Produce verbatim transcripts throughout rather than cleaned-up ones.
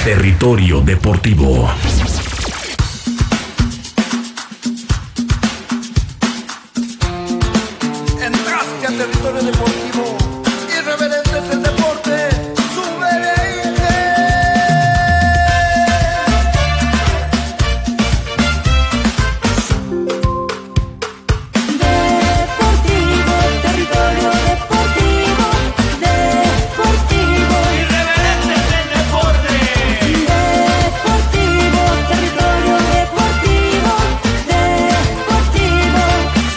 Territorio Deportivo. Entraste a Territorio Deportivo. Irreverente es el deporte. Subverente. Deportivo, Territorio Deportivo. Deportivo. Irreverente es el deporte. Deportivo, Territorio Deportivo. Deportivo.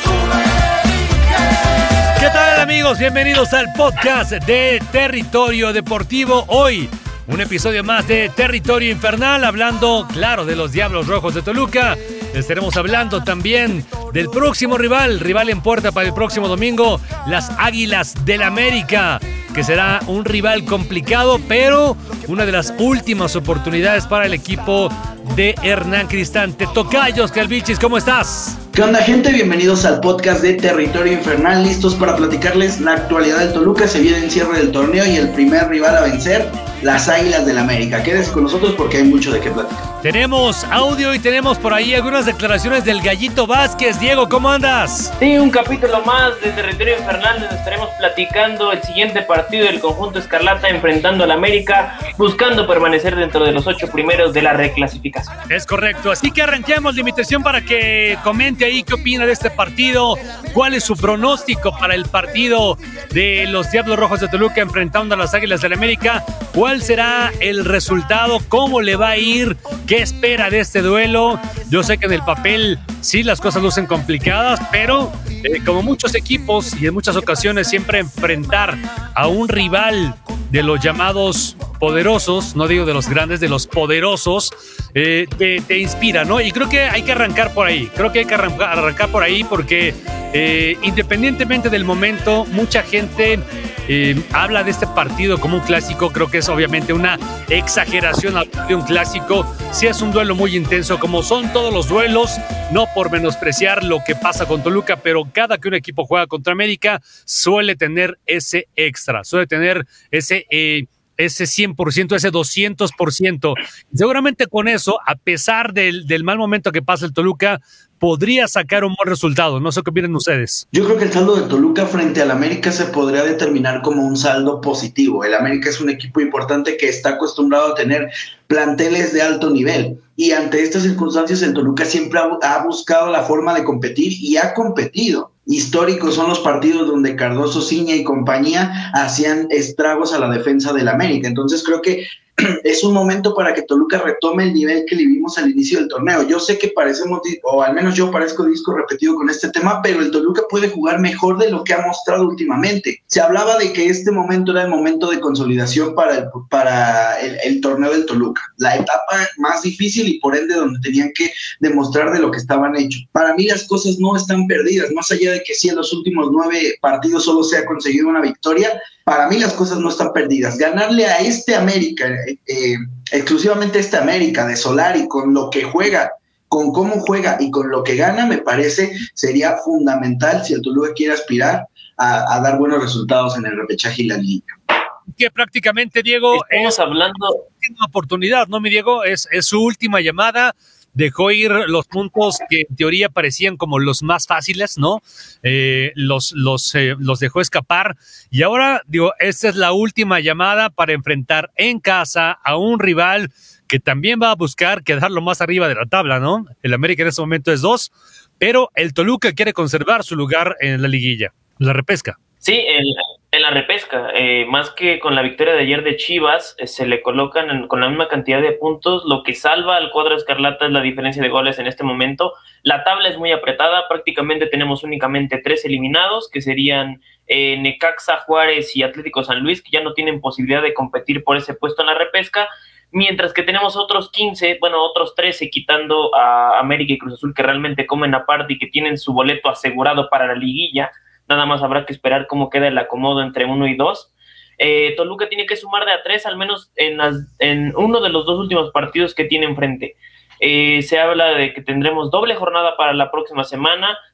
¿Qué tal, amigos? Bienvenidos al podcast de Territorio Deportivo. Hoy, un episodio más de Territorio Infernal, hablando, claro, de los Diablos Rojos de Toluca. Estaremos hablando también del próximo rival, rival en puerta para el próximo domingo, las Águilas del América, que será un rival complicado, pero una de las últimas oportunidades para el equipo de Hernán Cristante. Tocayos, Calvichis, ¿cómo estás? ¿Qué onda, gente? Bienvenidos al podcast de Territorio Infernal, listos para platicarles la actualidad del Toluca. Se viene el cierre del torneo y el primer rival a vencer, las Águilas del América. Quédense con nosotros porque hay mucho de qué platicar. Tenemos audio y tenemos por ahí algunas declaraciones del Gallito Vázquez. Diego, ¿cómo andas? Sí, un capítulo más de Territorio Infernal, donde estaremos platicando el siguiente partido del conjunto Escarlata enfrentando al América, buscando permanecer dentro de los ocho primeros de la reclasificación. Es correcto, así que arranquemos la invitación para que comente ahí qué opina de este partido, cuál es su pronóstico para el partido de los Diablos Rojos de Toluca enfrentando a las Águilas del América, cuál será el resultado, cómo le va a ir, qué espera de este duelo. Yo sé que en el papel sí las cosas lucen complicadas, pero eh, como muchos equipos y en muchas ocasiones siempre enfrentar a un rival de los llamados poderosos, no digo de los grandes, de los poderosos, eh, te, te inspira, ¿no? Y creo que hay que arrancar por ahí, creo que hay que arrancar, arrancar por ahí porque eh, independientemente del momento, mucha gente eh, habla de este partido como un clásico. Creo que es obviamente una exageración hablar de un clásico. Sí es un duelo muy intenso, como son todos los duelos, no por menospreciar lo que pasa con Toluca, pero cada que un equipo juega contra América suele tener ese extra, suele tener ese... Eh, ese cien por ciento, ese doscientos por ciento. Seguramente con eso, a pesar del, del mal momento que pasa el Toluca, podría sacar un buen resultado. No sé qué opinan ustedes. Yo creo que el saldo de Toluca frente al América se podría determinar como un saldo positivo. El América es un equipo importante que está acostumbrado a tener planteles de alto nivel. Y ante estas circunstancias, el Toluca siempre ha, ha buscado la forma de competir y ha competido. Históricos son los partidos donde Cardoso, Ciña y compañía hacían estragos a la defensa del América. Entonces creo que es un momento para que Toluca retome el nivel que le vimos al inicio del torneo. Yo sé que parecemos, o al menos yo parezco disco repetido con este tema, pero el Toluca puede jugar mejor de lo que ha mostrado últimamente. Se hablaba de que este momento era el momento de consolidación para el, para el, el torneo del Toluca, la etapa más difícil y por ende donde tenían que demostrar de lo que estaban hechos. Para mí las cosas no están perdidas, más allá de que sí en los últimos nueve partidos solo se ha conseguido una victoria. Para mí las cosas no están perdidas. Ganarle a este América, eh, exclusivamente a este América de Solari, con lo que juega, con cómo juega y con lo que gana, me parece sería fundamental si el Toluca quiere aspirar a, a dar buenos resultados en el repechaje y la liga. Que prácticamente, Diego, Estamos es hablando... una oportunidad, ¿no, mi Diego? Es, es su última llamada. Dejó ir los puntos que en teoría parecían como los más fáciles, ¿no? Eh, los, los, eh, los dejó escapar. Y ahora, digo, esta es la última llamada para enfrentar en casa a un rival que también va a buscar quedarlo más arriba de la tabla, ¿no? El América en este momento es dos, pero el Toluca quiere conservar su lugar en la liguilla, la repesca. Sí, en, en la repesca, eh, más que con la victoria de ayer de Chivas, eh, se le colocan en, con la misma cantidad de puntos. Lo que salva al cuadro escarlata es la diferencia de goles en este momento. La tabla es muy apretada, prácticamente tenemos únicamente tres eliminados, que serían eh, Necaxa, Juárez y Atlético San Luis, que ya no tienen posibilidad de competir por ese puesto en la repesca, mientras que tenemos otros quince, bueno, otros trece, quitando a América y Cruz Azul, que realmente comen aparte y que tienen su boleto asegurado para la liguilla. Nada más habrá que esperar cómo queda el acomodo entre uno y dos. Eh, Toluca tiene que sumar de a tres, al menos en, las, en uno de los dos últimos partidos que tiene enfrente. Eh, se habla de que tendremos doble jornada para la próxima semana,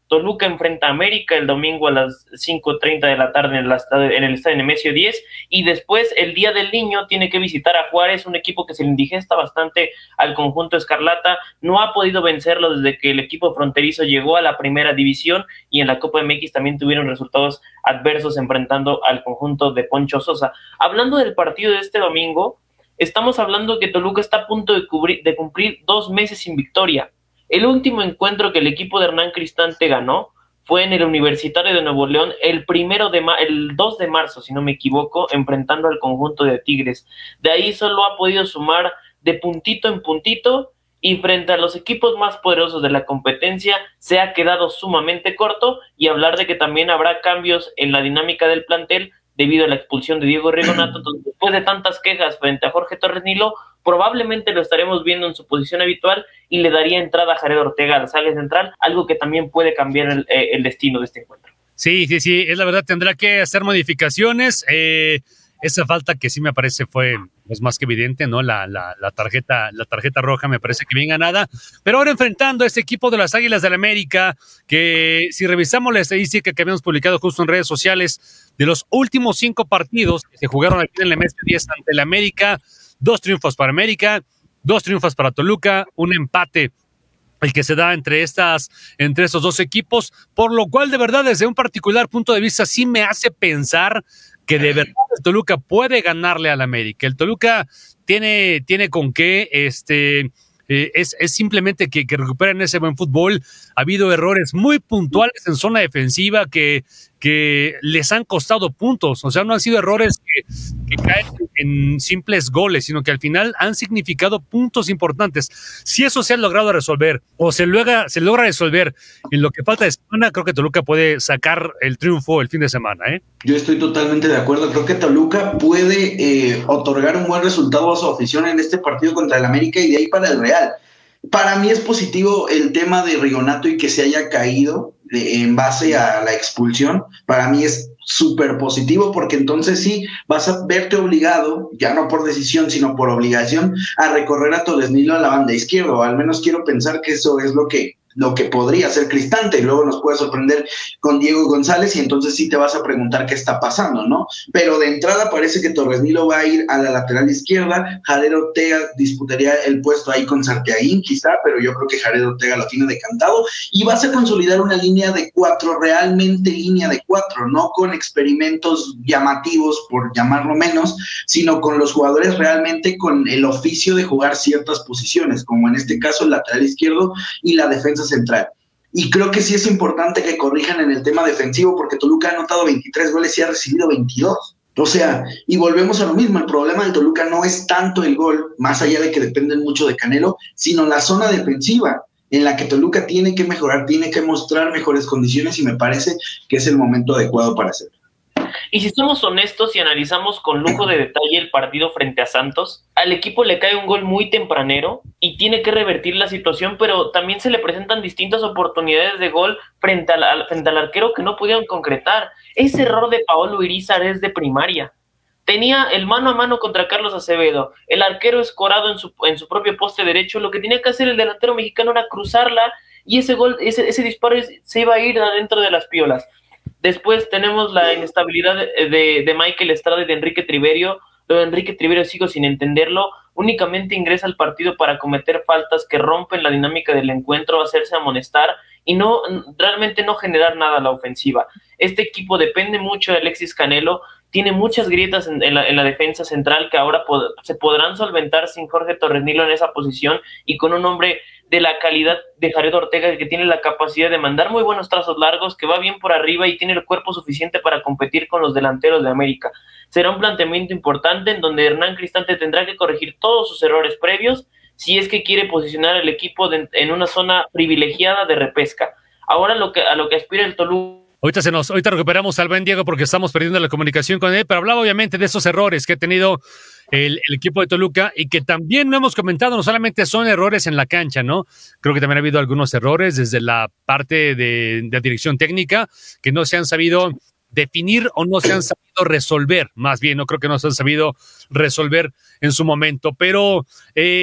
Toluca enfrenta a América el domingo a las cinco treinta de la tarde en, la, en el estadio Nemesio diez, y después el Día del Niño tiene que visitar a Juárez, un equipo que se le indigesta bastante al conjunto escarlata, no ha podido vencerlo desde que el equipo fronterizo llegó a la primera división, y en la Copa M X también tuvieron resultados adversos enfrentando al conjunto de Poncho Sosa. Hablando del partido de este domingo, estamos hablando que Toluca está a punto de, cubrir, de cumplir dos meses sin victoria. El último encuentro que el equipo de Hernán Cristante ganó fue en el Universitario de Nuevo León el primero de ma- el dos de marzo, si no me equivoco, enfrentando al conjunto de Tigres. De ahí solo ha podido sumar de puntito en puntito, y frente a los equipos más poderosos de la competencia se ha quedado sumamente corto, y hablar de que también habrá cambios en la dinámica del plantel debido a la expulsión de Diego Rigonato. Entonces, después de tantas quejas frente a Jorge Torres Nilo, probablemente lo estaremos viendo en su posición habitual y le daría entrada a Jared Ortega a la saga central, algo que también puede cambiar el, el destino de este encuentro. Sí, sí, sí, es la verdad, tendrá que hacer modificaciones. Eh, esa falta que sí me parece fue pues, más que evidente, ¿no? La, la, la, tarjeta, la tarjeta roja me parece que bien ganada. Pero ahora enfrentando a este equipo de las Águilas del América, que si revisamos la estadística que habíamos publicado justo en redes sociales, de los últimos cinco partidos que se jugaron aquí en el Nemesio diez ante el América, dos triunfos para América, dos triunfos para Toluca, un empate el que se da entre estas, entre estos dos equipos, por lo cual de verdad desde un particular punto de vista sí me hace pensar que de verdad el Toluca puede ganarle al América. El Toluca tiene, tiene con qué, este, eh, es, es simplemente que, que recuperen ese buen fútbol. Ha habido errores muy puntuales en zona defensiva que, que les han costado puntos, o sea, no han sido errores que, que caen en simples goles, sino que al final han significado puntos importantes. Si eso se ha logrado resolver o se logra, se logra resolver en lo que falta de semana, creo que Toluca puede sacar el triunfo el fin de semana, ¿eh? Yo estoy totalmente de acuerdo, creo que Toluca puede eh, otorgar un buen resultado a su afición en este partido contra el América y de ahí para el Real. Para mí es positivo el tema de Rigonato y que se haya caído de, en base a la expulsión. Para mí es súper positivo porque entonces sí vas a verte obligado, ya no por decisión, sino por obligación, a recorrer a Torres Nilo a la banda izquierda, o al menos quiero pensar que eso es lo que lo que podría ser Cristante, y luego nos puede sorprender con Diego González, y entonces sí te vas a preguntar qué está pasando, ¿no? Pero de entrada parece que Torres Nilo va a ir a la lateral izquierda, Jared Ortega disputaría el puesto ahí con Santiaguín quizá, pero yo creo que Jared Ortega lo tiene decantado, y vas a consolidar una línea de cuatro, realmente línea de cuatro, no con experimentos llamativos, por llamarlo menos, sino con los jugadores realmente con el oficio de jugar ciertas posiciones, como en este caso el lateral izquierdo y la defensa central. Y creo que sí es importante que corrijan en el tema defensivo porque Toluca ha anotado veintitrés goles y ha recibido veintidós. O sea, y volvemos a lo mismo, el problema del Toluca no es tanto el gol, más allá de que dependen mucho de Canelo, sino la zona defensiva en la que Toluca tiene que mejorar, tiene que mostrar mejores condiciones, y me parece que es el momento adecuado para hacerlo. Y si somos honestos y analizamos con lujo de detalle el partido frente a Santos, al equipo le cae un gol muy tempranero y tiene que revertir la situación, pero también se le presentan distintas oportunidades de gol frente al, frente al arquero que no pudieron concretar. Ese error de Paolo Irizar es de primaria. Tenía el mano a mano contra Carlos Acevedo, el arquero escorado en su, en su propio poste derecho, lo que tenía que hacer el delantero mexicano era cruzarla, y ese gol, ese, ese disparo se iba a ir adentro de las piolas. Después tenemos la inestabilidad de, de, de Michael Estrada y de Enrique Triverio. Lo de Enrique Triverio sigo sin entenderlo. Únicamente ingresa al partido para cometer faltas que rompen la dinámica del encuentro, hacerse amonestar y no realmente no generar nada a la ofensiva. Este equipo depende mucho de Alexis Canelo. Tiene muchas grietas en, en, la, en la defensa central que ahora pod- se podrán solventar sin Jorge Torres Nilo en esa posición y con un hombre de la calidad de Jared Ortega, que tiene la capacidad de mandar muy buenos trazos largos, que va bien por arriba y tiene el cuerpo suficiente para competir con los delanteros de América. Será un planteamiento importante en donde Hernán Cristante tendrá que corregir todos sus errores previos si es que quiere posicionar al equipo de, en una zona privilegiada de repesca. Ahora lo que, a lo que aspira el Toluca. Ahorita, se nos, ahorita recuperamos al buen Diego porque estamos perdiendo la comunicación con él, pero hablaba obviamente de esos errores que ha tenido el, el equipo de Toluca y que también no hemos comentado, no solamente son errores en la cancha, ¿no? Creo que también ha habido algunos errores desde la parte de, de dirección técnica que no se han sabido definir o no se han sabido resolver, más bien, no creo que no se han sabido resolver en su momento, pero eh,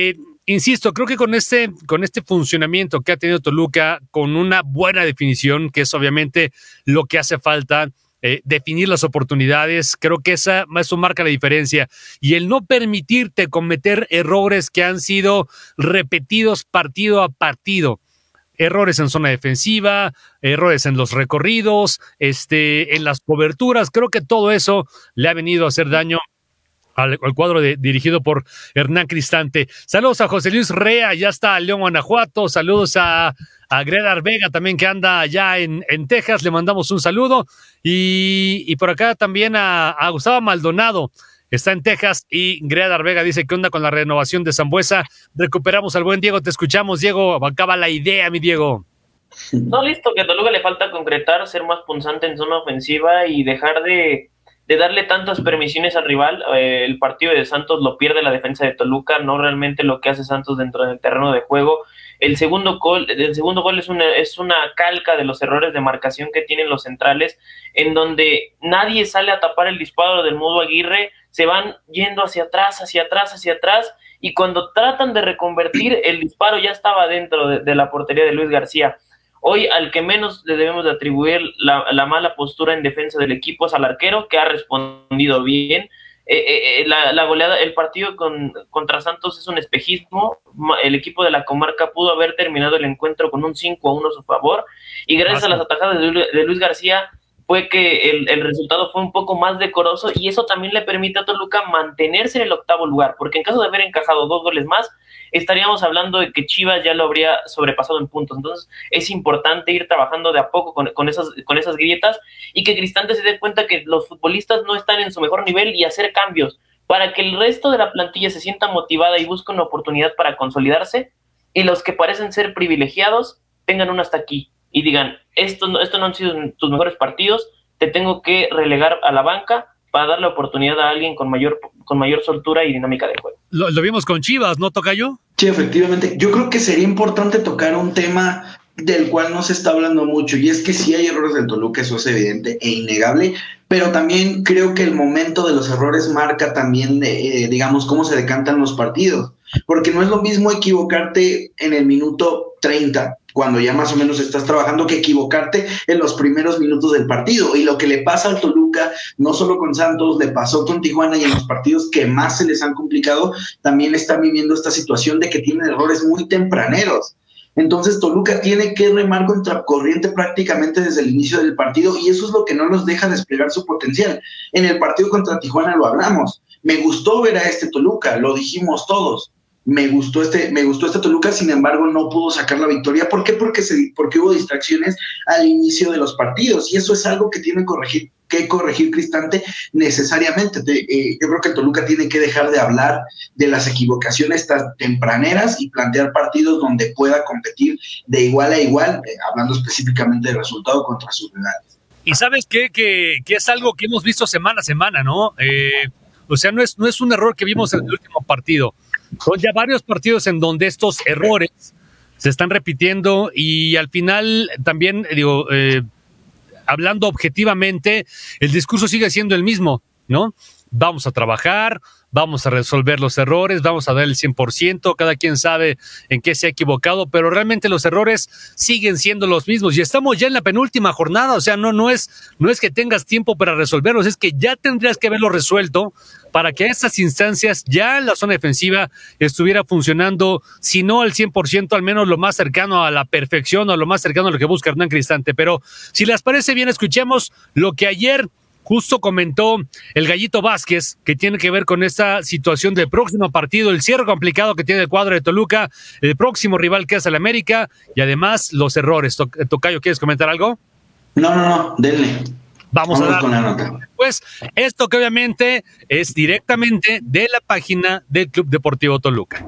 insisto, creo que con este, con este funcionamiento que ha tenido Toluca, con una buena definición, que es obviamente lo que hace falta, eh, definir las oportunidades, creo que esa, eso marca la diferencia. Y el no permitirte cometer errores que han sido repetidos partido a partido. Errores en zona defensiva, errores en los recorridos, este, en las coberturas. Creo que todo eso le ha venido a hacer daño al, al cuadro de, dirigido por Hernán Cristante. Saludos a José Luis Rea, ya está León, Guanajuato. Saludos a, a Gredar Vega también, que anda allá en, en Texas. Le mandamos un saludo. Y, y por acá también a, a Gustavo Maldonado. Está en Texas, y Gredar Vega dice: ¿qué onda con la renovación de Sambuesa? Recuperamos al buen Diego, te escuchamos, Diego. Acaba la idea, mi Diego. No, listo, que a Toluca le falta concretar, ser más punzante en zona ofensiva y dejar de, de darle tantas permisiones al rival. Eh, el partido de Santos lo pierde la defensa de Toluca, no realmente lo que hace Santos dentro del terreno de juego. El segundo gol, el segundo gol es una, es una calca de los errores de marcación que tienen los centrales, en donde nadie sale a tapar el disparo del Mudo Aguirre, se van yendo hacia atrás, hacia atrás, hacia atrás, y cuando tratan de reconvertir, el disparo ya estaba dentro de, de la portería de Luis García. Hoy al que menos le debemos de atribuir la, la mala postura en defensa del equipo es al arquero, que ha respondido bien. Eh, eh, la, la goleada, el partido con, contra Santos es un espejismo. El equipo de la comarca pudo haber terminado el encuentro con un cinco a uno a su favor, y gracias a las atajadas de, de Luis García fue que el, el resultado fue un poco más decoroso, y eso también le permite a Toluca mantenerse en el octavo lugar, porque en caso de haber encajado dos goles más, estaríamos hablando de que Chivas ya lo habría sobrepasado en puntos. Entonces es importante ir trabajando de a poco con, con, esas, con esas grietas, y que Cristante se dé cuenta que los futbolistas no están en su mejor nivel, y hacer cambios para que el resto de la plantilla se sienta motivada y busque una oportunidad para consolidarse, y los que parecen ser privilegiados tengan un hasta aquí y digan: esto no, esto no han sido tus mejores partidos, te tengo que relegar a la banca para darle oportunidad a alguien con mayor, con mayor soltura y dinámica de juego. Lo, lo vimos con Chivas, ¿no, Tocayo? Sí, efectivamente. Yo creo que sería importante tocar un tema del cual no se está hablando mucho, y es que sí hay errores del Toluca, eso es evidente e innegable, pero también creo que el momento de los errores marca también, eh, digamos, cómo se decantan los partidos, porque no es lo mismo equivocarte en el minuto treinta, cuando ya más o menos estás trabajando, que equivocarte en los primeros minutos del partido. Y lo que le pasa al Toluca, no solo con Santos, le pasó con Tijuana, y en los partidos que más se les han complicado, también están viviendo esta situación de que tienen errores muy tempraneros. Entonces Toluca tiene que remar contra corriente prácticamente desde el inicio del partido, y eso es lo que no los deja desplegar su potencial. En el partido contra Tijuana lo hablamos. Me gustó ver a este Toluca, lo dijimos todos. Me gustó este, me gustó este Toluca, sin embargo no pudo sacar la victoria. ¿Por qué? Porque, se, porque hubo distracciones al inicio de los partidos, y eso es algo que tiene que corregir, que corregir Cristante necesariamente. Te, eh, yo creo que el Toluca tiene que dejar de hablar de las equivocaciones tan tempraneras y plantear partidos donde pueda competir de igual a igual, eh, hablando específicamente del resultado contra sus rivales. Y ¿sabes qué? Que, que es algo que hemos visto semana a semana, ¿no? Eh, o sea, no es, no es un error que vimos en el último partido. Son ya varios partidos en donde estos errores se están repitiendo, y al final también, digo, eh, hablando objetivamente, el discurso sigue siendo el mismo, ¿no? Vamos a trabajar, vamos a resolver los errores, vamos a dar el cien por ciento, cada quien sabe en qué se ha equivocado, pero realmente los errores siguen siendo los mismos, y estamos ya en la penúltima jornada. O sea, no, no es, no es que tengas tiempo para resolverlos, es que ya tendrías que haberlo resuelto para que a estas instancias ya la zona defensiva estuviera funcionando, si no al cien por ciento, al menos lo más cercano a la perfección, o lo más cercano a lo que busca Hernán Cristante. Pero si les parece bien, escuchemos lo que ayer justo comentó el Gallito Vázquez, que tiene que ver con esta situación del próximo partido, el cierre complicado que tiene el cuadro de Toluca, el próximo rival que es el América, y además los errores. Tocayo, ¿quieres comentar algo? No, no, no, denle. Vamos, Vamos a dar con la nota. Pues esto, que obviamente es directamente de la página del Club Deportivo Toluca.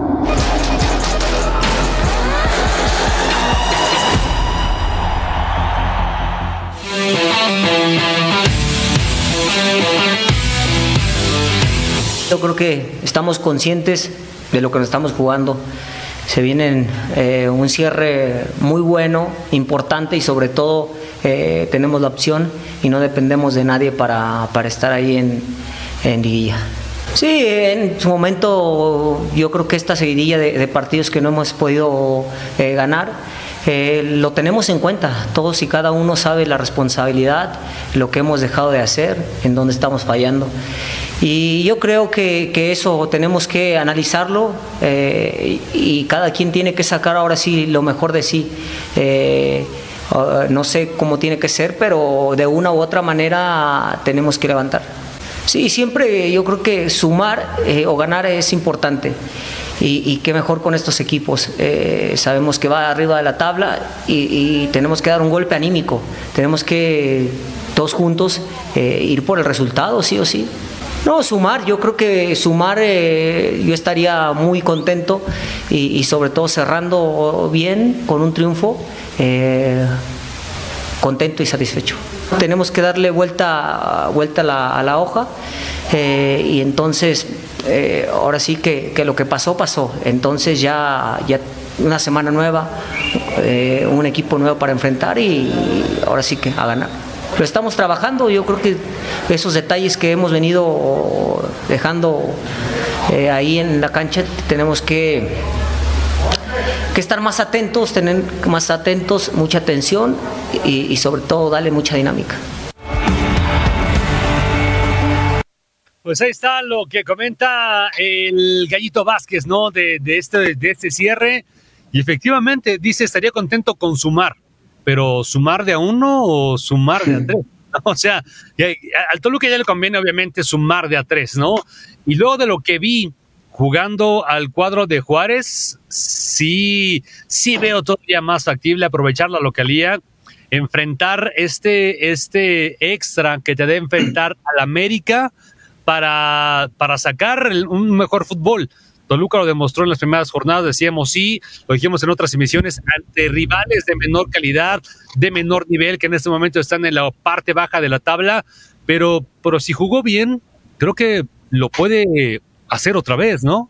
Yo creo que estamos conscientes de lo que nos estamos jugando. Se viene eh, un cierre muy bueno, importante, y sobre todo eh, tenemos la opción y no dependemos de nadie para, para estar ahí en, en liguilla. Sí, en su momento yo creo que esta seguidilla de, de partidos que no hemos podido eh, ganar, eh, lo tenemos en cuenta. Todos y cada uno sabe la responsabilidad, lo que hemos dejado de hacer, en dónde estamos fallando. Y yo creo que, que eso tenemos que analizarlo eh, y cada quien tiene que sacar ahora sí lo mejor de sí. Eh, uh, no sé cómo tiene que ser, pero de una u otra manera tenemos que levantar. Sí, siempre yo creo que sumar eh, o ganar es importante y, y qué mejor con estos equipos. Eh, sabemos que va arriba de la tabla y, y tenemos que dar un golpe anímico, tenemos que todos juntos eh, ir por el resultado, sí o sí. No, sumar, yo creo que sumar eh, yo estaría muy contento y, y sobre todo cerrando bien con un triunfo, eh, contento y satisfecho. Tenemos que darle vuelta, vuelta a, la, a la hoja eh, y entonces eh, ahora sí que, que lo que pasó, pasó. Entonces ya, ya una semana nueva, eh, un equipo nuevo para enfrentar y, y ahora sí que a ganar. Lo estamos trabajando, yo creo que esos detalles que hemos venido dejando eh, ahí en la cancha tenemos que, que estar más atentos, tener más atentos, mucha atención y, y sobre todo darle mucha dinámica. Pues ahí está lo que comenta el Gallito Vázquez, ¿no? De, de, este, de este cierre. Y efectivamente dice, estaría contento con sumar. Pero ¿sumar de a uno o sumar de a tres? O sea, al Toluca ya le conviene obviamente sumar de a tres, ¿no? Y luego de lo que vi jugando al cuadro de Juárez, sí, sí veo todavía más factible aprovechar la localía, enfrentar este, este extra que te debe enfrentar al América para, para sacar un mejor fútbol. Toluca lo demostró en las primeras jornadas, decíamos sí, lo dijimos en otras emisiones, ante rivales de menor calidad, de menor nivel, que en este momento están en la parte baja de la tabla, pero, pero si jugó bien, creo que lo puede hacer otra vez, ¿no?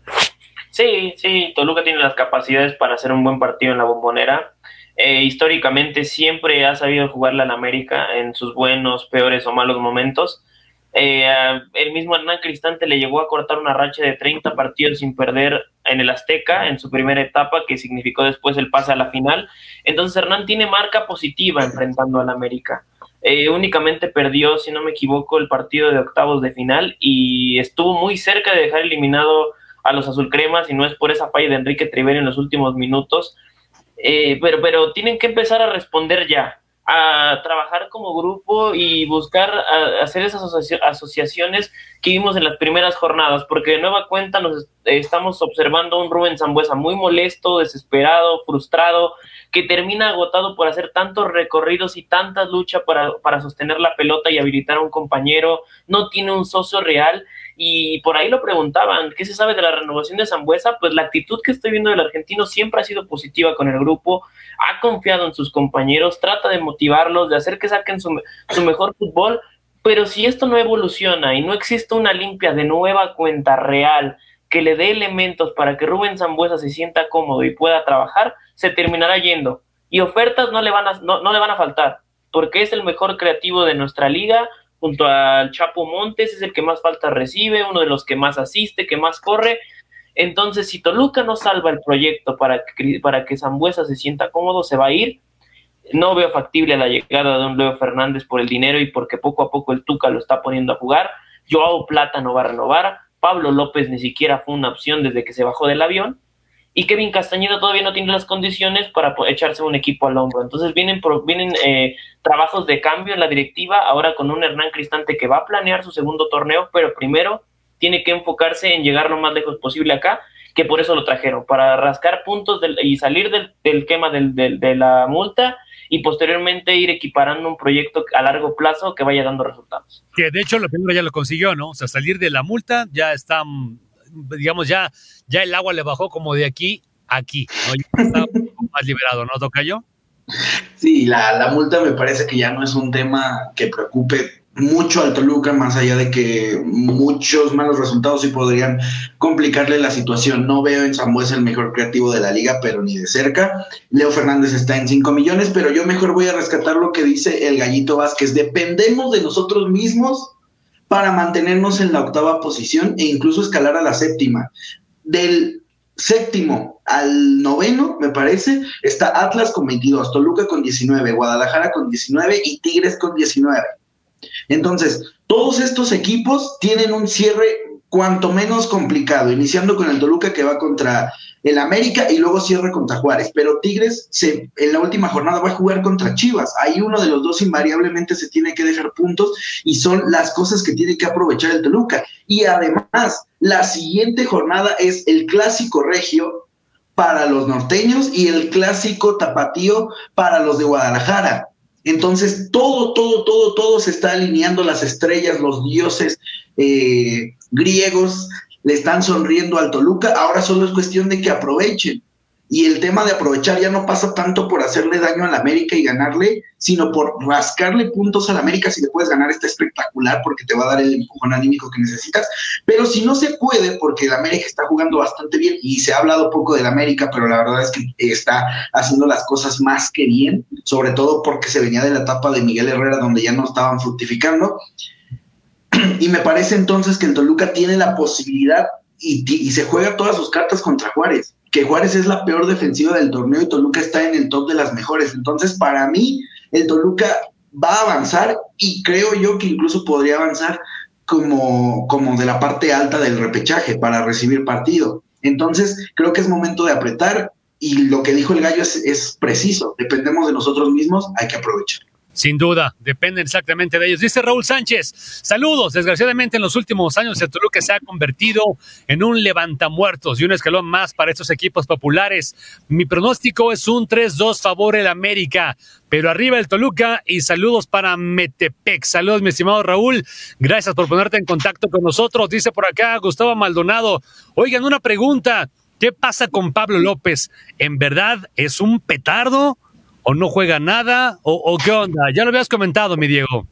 Sí, sí, Toluca tiene las capacidades para hacer un buen partido en la Bombonera. Eh, históricamente siempre ha sabido jugarle al América en sus buenos, peores o malos momentos. Eh, el mismo Hernán Cristante le llegó a cortar una racha de treinta partidos sin perder en el Azteca en su primera etapa, que significó después el pase a la final. Entonces Hernán tiene marca positiva enfrentando al América. Eh, únicamente perdió, si no me equivoco, el partido de octavos de final y estuvo muy cerca de dejar eliminado a los azulcremas, y no es por esa falla de Enrique Triverio en los últimos minutos. Eh, pero, pero tienen que empezar a responder ya, a trabajar como grupo y buscar a hacer esas asoci- asociaciones que vimos en las primeras jornadas, porque de nueva cuenta nos eh, estamos observando a un Rubén Sambueza muy molesto, desesperado, frustrado, que termina agotado por hacer tantos recorridos y tanta lucha para, para sostener la pelota y habilitar a un compañero. No tiene un socio real. Y por ahí lo preguntaban, ¿qué se sabe de la renovación de Sambueza? Pues la actitud que estoy viendo del argentino siempre ha sido positiva con el grupo, ha confiado en sus compañeros, trata de motivarlos, de hacer que saquen su, su mejor fútbol, pero si esto no evoluciona y no existe una limpia de nueva cuenta real que le dé elementos para que Rubén Sambueza se sienta cómodo y pueda trabajar, se terminará yendo. Y ofertas no le van a, no, no le van a faltar, porque es el mejor creativo de nuestra liga, junto al Chapo Montes, es el que más faltas recibe, uno de los que más asiste, que más corre. Entonces, si Toluca no salva el proyecto para que, para que Sambueza se sienta cómodo, se va a ir. No veo factible la llegada de un Leo Fernández por el dinero y porque poco a poco el Tuca lo está poniendo a jugar. Joao Plata no va a renovar. Pablo López ni siquiera fue una opción desde que se bajó del avión. Y Kevin Castañeda todavía no tiene las condiciones para echarse un equipo al hombro. Entonces vienen, vienen eh, trabajos de cambio en la directiva, ahora con un Hernán Cristante que va a planear su segundo torneo, pero primero tiene que enfocarse en llegar lo más lejos posible acá, que por eso lo trajeron, para rascar puntos del, y salir del, del quema del, del, de la multa y posteriormente ir equiparando un proyecto a largo plazo que vaya dando resultados. Que de hecho lo primero ya lo consiguió, ¿no? O sea, salir de la multa ya está... digamos, ya, ya el agua le bajó como de aquí a aquí, ¿no? Ya está un poco más liberado, ¿no, tocayo? Sí, la, la multa me parece que ya no es un tema que preocupe mucho al Toluca, más allá de que muchos malos resultados sí podrían complicarle la situación. No veo en Sambueza el mejor creativo de la liga, pero ni de cerca. Leo Fernández está en cinco millones, pero yo mejor voy a rescatar lo que dice el Gallito Vázquez. Dependemos de nosotros mismos para mantenernos en la octava posición e incluso escalar a la séptima. Del séptimo al noveno, me parece, está Atlas con veintidós, Toluca con diecinueve, Guadalajara con diecinueve y Tigres con diecinueve. Entonces, todos estos equipos tienen un cierre cuanto menos complicado, iniciando con el Toluca que va contra el América y luego cierra contra Juárez, pero Tigres se, en la última jornada va a jugar contra Chivas. Ahí uno de los dos invariablemente se tiene que dejar puntos y son las cosas que tiene que aprovechar el Toluca. Y además, la siguiente jornada es el clásico regio para los norteños y el clásico tapatío para los de Guadalajara. Entonces, todo, todo, todo, todo se está alineando, las estrellas, los dioses eh, griegos le están sonriendo al Toluca. Ahora solo es cuestión de que aprovechen. Y el tema de aprovechar ya no pasa tanto por hacerle daño al América y ganarle, sino por rascarle puntos al América. Si le puedes ganar está espectacular porque te va a dar el empujón anímico que necesitas. Pero si no se puede, porque el América está jugando bastante bien y se ha hablado poco del América, pero la verdad es que está haciendo las cosas más que bien, sobre todo porque se venía de la etapa de Miguel Herrera donde ya no estaban fructificando. Y me parece entonces que el Toluca tiene la posibilidad y, y se juega todas sus cartas contra Juárez, que Juárez es la peor defensiva del torneo y Toluca está en el top de las mejores. Entonces, para mí, el Toluca va a avanzar y creo yo que incluso podría avanzar como, como de la parte alta del repechaje para recibir partido. Entonces, creo que es momento de apretar y lo que dijo el Gallo es, es preciso. Dependemos de nosotros mismos, hay que aprovechar. Sin duda, dependen exactamente de ellos. Dice Raúl Sánchez, saludos. Desgraciadamente en los últimos años el Toluca se ha convertido en un levantamuertos y un escalón más para estos equipos populares. Mi pronóstico es un tres dos favor el América, pero arriba el Toluca y saludos para Metepec. Saludos, mi estimado Raúl. Gracias por ponerte en contacto con nosotros. Dice por acá Gustavo Maldonado. Oigan, una pregunta. ¿Qué pasa con Pablo López? ¿En verdad es un petardo? ¿O no juega nada? ¿O, o qué onda? Ya lo habías comentado, mi Diego.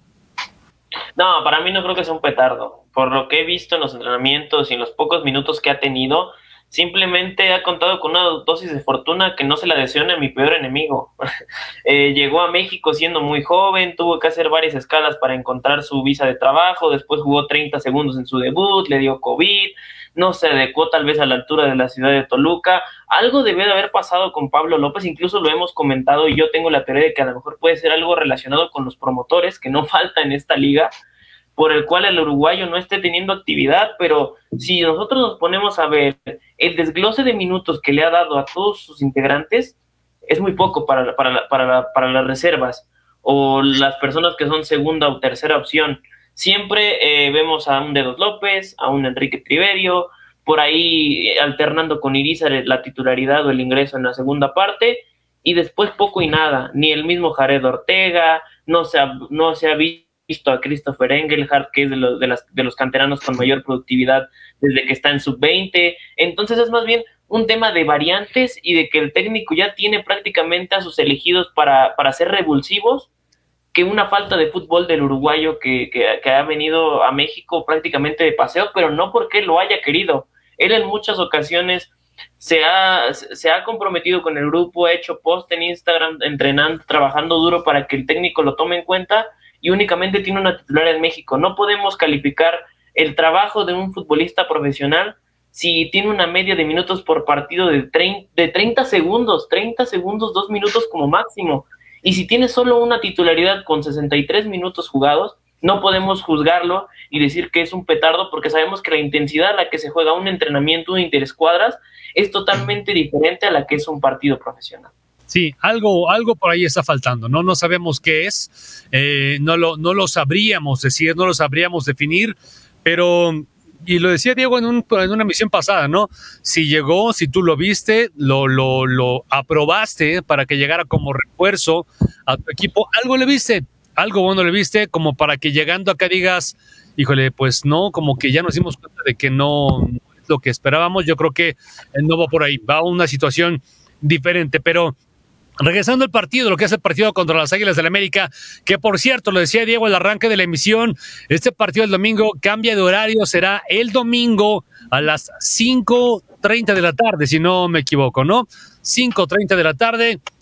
No, para mí no creo que sea un petardo. Por lo que he visto en los entrenamientos y en los pocos minutos que ha tenido, simplemente ha contado con una dosis de fortuna que no se la deseo a mi peor enemigo. eh, llegó a México siendo muy joven, tuvo que hacer varias escalas para encontrar su visa de trabajo, después jugó treinta segundos en su debut, le dio COVID, no se adecuó tal vez a la altura de la ciudad de Toluca. Algo debe de haber pasado con Pablo López, incluso lo hemos comentado y yo tengo la teoría de que a lo mejor puede ser algo relacionado con los promotores, que no falta en esta liga, por el cual el uruguayo no esté teniendo actividad, pero si nosotros nos ponemos a ver el desglose de minutos que le ha dado a todos sus integrantes, es muy poco para, para, para, para las reservas o las personas que son segunda o tercera opción. Siempre eh, vemos a un Dedos López, a un Enrique Triverio, por ahí eh, alternando con Irizar la titularidad o el ingreso en la segunda parte, y después poco y nada, ni el mismo Jared Ortega, no se ha, no se ha visto a Christopher Engelhardt, que es de los, de, las, de los canteranos con mayor productividad desde que está en sub veinte, entonces es más bien un tema de variantes y de que el técnico ya tiene prácticamente a sus elegidos para, para ser revulsivos, que una falta de fútbol del uruguayo que, que, que ha venido a México prácticamente de paseo, pero no porque lo haya querido. Él en muchas ocasiones se ha, se ha comprometido con el grupo, ha hecho post en Instagram, entrenando, trabajando duro para que el técnico lo tome en cuenta y únicamente tiene una titular en México. No podemos calificar el trabajo de un futbolista profesional si tiene una media de minutos por partido de treinta, de treinta segundos, treinta segundos, dos minutos como máximo. Y si tiene solo una titularidad con sesenta y tres minutos jugados, no podemos juzgarlo y decir que es un petardo, porque sabemos que la intensidad a la que se juega un entrenamiento de interescuadras es totalmente diferente a la que es un partido profesional. Sí, algo, algo por ahí está faltando, ¿no? No sabemos qué es, eh, no lo, no lo sabríamos decir, no lo sabríamos definir, pero... Y lo decía Diego en, un, en una emisión pasada, ¿no? Si llegó, si tú lo viste, lo, lo, lo aprobaste para que llegara como refuerzo a tu equipo, algo le viste, algo bueno le viste, como para que llegando acá digas, híjole, pues no, como que ya nos dimos cuenta de que no, no es lo que esperábamos. Yo creo que no va por ahí, va a una situación diferente, pero... Regresando al partido, lo que es el partido contra las Águilas del América, que por cierto, lo decía Diego al arranque de la emisión, este partido del domingo cambia de horario, será el domingo a las cinco treinta de la tarde, si no me equivoco, ¿no? cinco treinta de la tarde,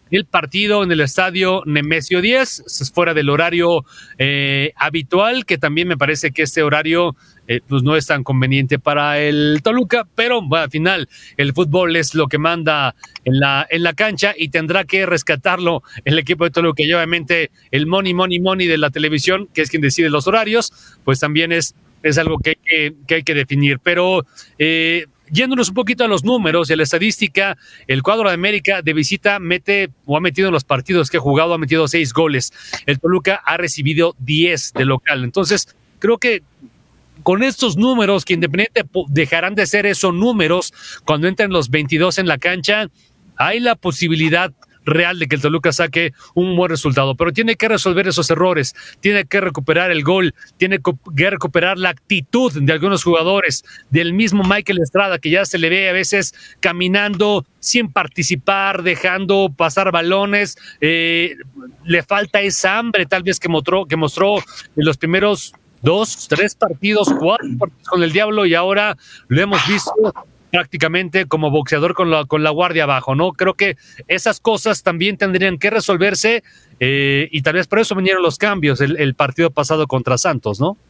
el partido en el estadio Nemesio diez, es fuera del horario eh, habitual, que también me parece que este horario eh, pues no es tan conveniente para el Toluca, pero bueno, al final el fútbol es lo que manda en la, en la cancha y tendrá que rescatarlo el equipo de Toluca. Y obviamente el money, money, money de la televisión, que es quien decide los horarios, pues también es, es algo que hay que, que, hay que definir. Pero eh, yéndonos un poquito a los números y a la estadística, el cuadro de América de visita mete o ha metido en los partidos que ha jugado, ha metido seis goles. El Toluca ha recibido diez de local. Entonces, creo que con estos números, que independiente dejarán de ser esos números cuando entren los veintidós en la cancha, hay la posibilidad real de que el Toluca saque un buen resultado, pero tiene que resolver esos errores, tiene que recuperar el gol, tiene que recuperar la actitud de algunos jugadores, del mismo Michael Estrada, que ya se le ve a veces caminando sin participar, dejando pasar balones, eh, le falta esa hambre tal vez que mostró, que mostró en los primeros dos, tres partidos, cuatro partidos con el Diablo, y ahora lo hemos visto prácticamente como boxeador con la, con la guardia abajo, ¿no? Creo que esas cosas también tendrían que resolverse eh, y tal vez por eso vinieron los cambios el, el partido pasado contra Santos, ¿no?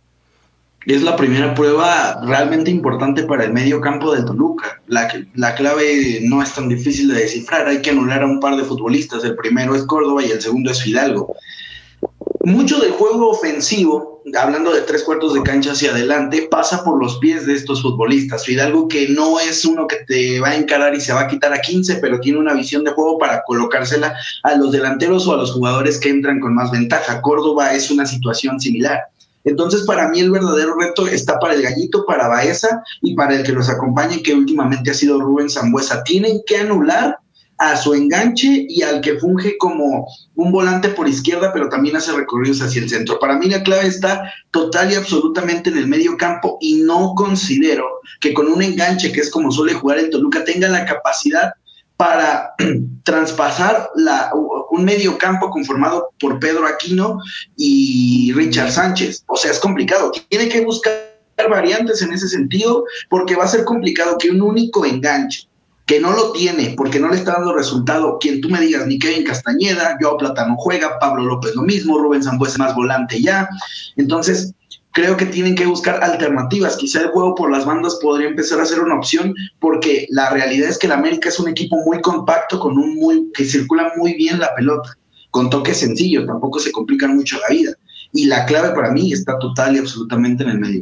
Es la primera prueba realmente importante para el medio campo del Toluca. La, la clave no es tan difícil de descifrar, hay que anular a un par de futbolistas, el primero es Córdoba y el segundo es Fidalgo. Mucho del juego ofensivo, hablando de tres cuartos de cancha hacia adelante, pasa por los pies de estos futbolistas. Fidalgo, que no es uno que te va a encarar y se va a quitar a quince, pero tiene una visión de juego para colocársela a los delanteros o a los jugadores que entran con más ventaja. Córdoba es una situación similar. Entonces, para mí el verdadero reto está para el Gallito, para Baeza y para el que los acompañe, que últimamente ha sido Rubén Sambueza. Tienen que anular a su enganche y al que funge como un volante por izquierda, pero también hace recorridos hacia el centro. Para mí la clave está total y absolutamente en el medio campo, y no considero que con un enganche, que es como suele jugar el Toluca, tenga la capacidad para traspasar la, un medio campo conformado por Pedro Aquino y Richard Sánchez. O sea, es complicado. Tiene que buscar variantes en ese sentido, porque va a ser complicado que un único enganche, que no lo tiene porque no le está dando resultado, quien tú me digas, ni Kevin Castañeda, Joao Plata no juega, Pablo López lo mismo, Rubén Sambueza más volante ya. Entonces creo que tienen que buscar alternativas. Quizá el juego por las bandas podría empezar a ser una opción, porque la realidad es que el América es un equipo muy compacto, con un muy que circula muy bien la pelota, con toques sencillos, tampoco se complican mucho la vida, y la clave para mí está total y absolutamente en el medio.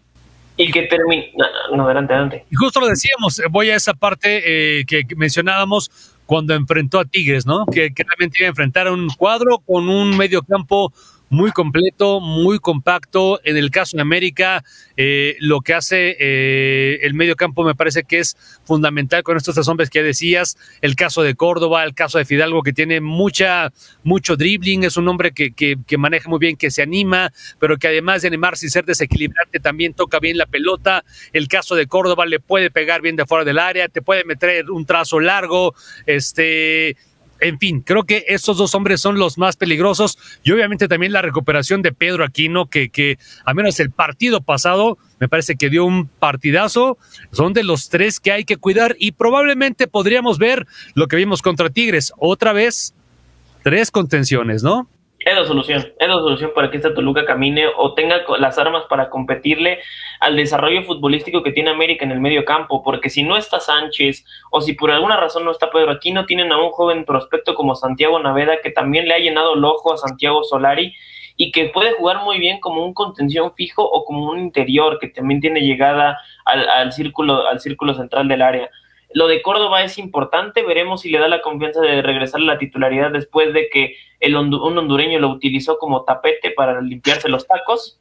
Y que termine. No, no, adelante, adelante. Y justo lo decíamos, voy a esa parte eh, que mencionábamos cuando enfrentó a Tigres, ¿no? Que, que realmente iba a enfrentar a un cuadro con un medio campo muy completo, muy compacto. En el caso de América, eh, lo que hace eh, el medio campo me parece que es fundamental con estos tres hombres que ya decías. El caso de Córdoba, el caso de Fidalgo, que tiene mucha, mucho dribbling, es un hombre que, que, que maneja muy bien, que se anima, pero que además de animarse y ser desequilibrante, también toca bien la pelota. El caso de Córdoba le puede pegar bien de fuera del área, te puede meter un trazo largo, este... En fin, creo que estos dos hombres son los más peligrosos, y obviamente también la recuperación de Pedro Aquino, que, que al menos el partido pasado me parece que dio un partidazo. Son de los tres que hay que cuidar, y probablemente podríamos ver lo que vimos contra Tigres, otra vez tres contenciones, ¿no? Es la solución, es la solución para que esta Toluca camine o tenga las armas para competirle al desarrollo futbolístico que tiene América en el medio campo, porque si no está Sánchez o si por alguna razón no está Pedro Aquino, tienen a un joven prospecto como Santiago Naveda, que también le ha llenado el ojo a Santiago Solari y que puede jugar muy bien como un contención fijo o como un interior, que también tiene llegada al, al círculo, al círculo central del área. Lo de Córdoba es importante, veremos si le da la confianza de regresar a la titularidad después de que el hondu- un hondureño lo utilizó como tapete para limpiarse los tacos.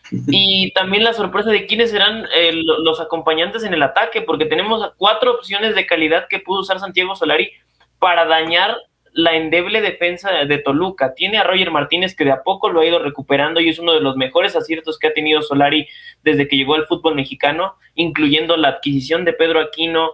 Y también la sorpresa de quiénes serán eh, los acompañantes en el ataque, porque tenemos cuatro opciones de calidad que pudo usar Santiago Solari para dañar la endeble defensa de Toluca. Tiene a Roger Martínez, que de a poco lo ha ido recuperando y es uno de los mejores aciertos que ha tenido Solari desde que llegó al fútbol mexicano, incluyendo la adquisición de Pedro Aquino,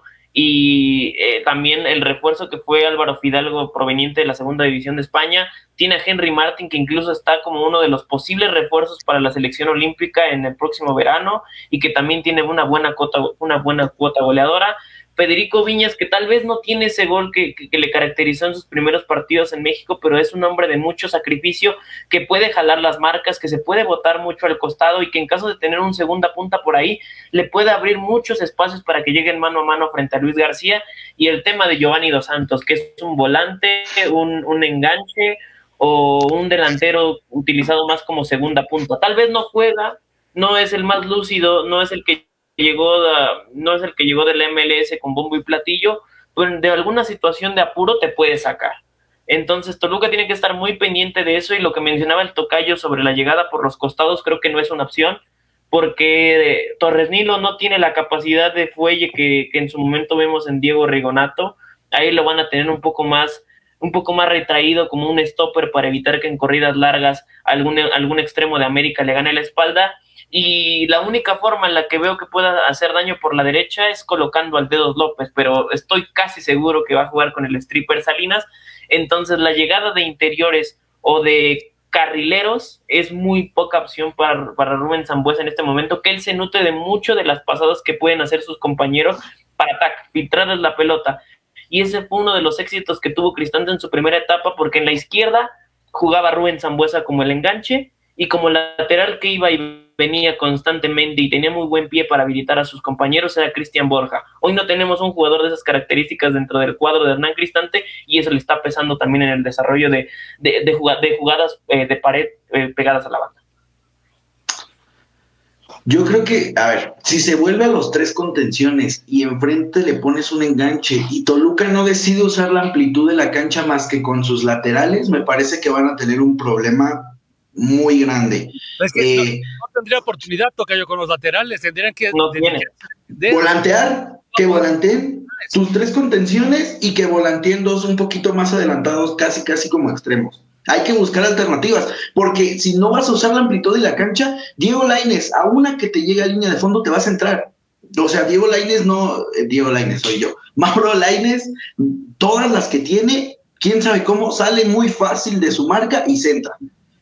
y eh, también el refuerzo que fue Álvaro Fidalgo, proveniente de la segunda división de España. Tiene a Henry Martin, que incluso está como uno de los posibles refuerzos para la selección olímpica en el próximo verano, y que también tiene una buena cuota, una buena cuota goleadora. Federico Viñas, que tal vez no tiene ese gol que, que, que le caracterizó en sus primeros partidos en México, pero es un hombre de mucho sacrificio, que puede jalar las marcas, que se puede botar mucho al costado y que en caso de tener un segunda punta por ahí, le puede abrir muchos espacios para que lleguen mano a mano frente a Luis García. Y el tema de Giovanni Dos Santos, que es un volante, un, un enganche o un delantero utilizado más como segunda punta. Tal vez no juega, no es el más lúcido, no es el que llegó de, no es el que llegó del M L S con bombo y platillo, pero de alguna situación de apuro te puede sacar. Entonces Toluca tiene que estar muy pendiente de eso, y lo que mencionaba el tocayo sobre la llegada por los costados creo que no es una opción, porque Torres Nilo no tiene la capacidad de fuelle que, que en su momento vemos en Diego Rigonato. Ahí lo van a tener un poco más un poco más retraído como un stopper para evitar que en corridas largas algún, algún extremo de América le gane la espalda, y la única forma en la que veo que pueda hacer daño por la derecha es colocando al Dedos López, pero estoy casi seguro que va a jugar con el stripper Salinas. Entonces la llegada de interiores o de carrileros es muy poca opción para, para Rubén Sambueza en este momento, que él se nutre de mucho de las pasadas que pueden hacer sus compañeros para ataque, filtrarles la pelota. Y ese fue uno de los éxitos que tuvo Cristante en su primera etapa, porque en la izquierda jugaba Rubén Sambueza como el enganche, y como lateral que iba y venía constantemente y tenía muy buen pie para habilitar a sus compañeros era Cristian Borja. Hoy no tenemos un jugador de esas características dentro del cuadro de Hernán Cristante, y eso le está pesando también en el desarrollo de, de, de, jugad- de jugadas eh, de pared eh, pegadas a la banda. Yo creo que, a ver, si se vuelve a los tres contenciones y enfrente le pones un enganche y Toluca no decide usar la amplitud de la cancha más que con sus laterales, me parece que van a tener un problema muy grande. Es que eh, no, no tendría oportunidad, Tocayo, con los laterales, tendrían que No tiene. de- volantear, que volanteen sus tres contenciones y que volanteen dos un poquito más adelantados, casi casi como extremos. Hay que buscar alternativas, porque si no vas a usar la amplitud de la cancha, Diego Lainez, a una que te llegue a línea de fondo, te vas a entrar. O sea, Diego Lainez no, eh, Diego Lainez soy yo. Mauro Lainez, todas las que tiene, quién sabe cómo, sale muy fácil de su marca y centra.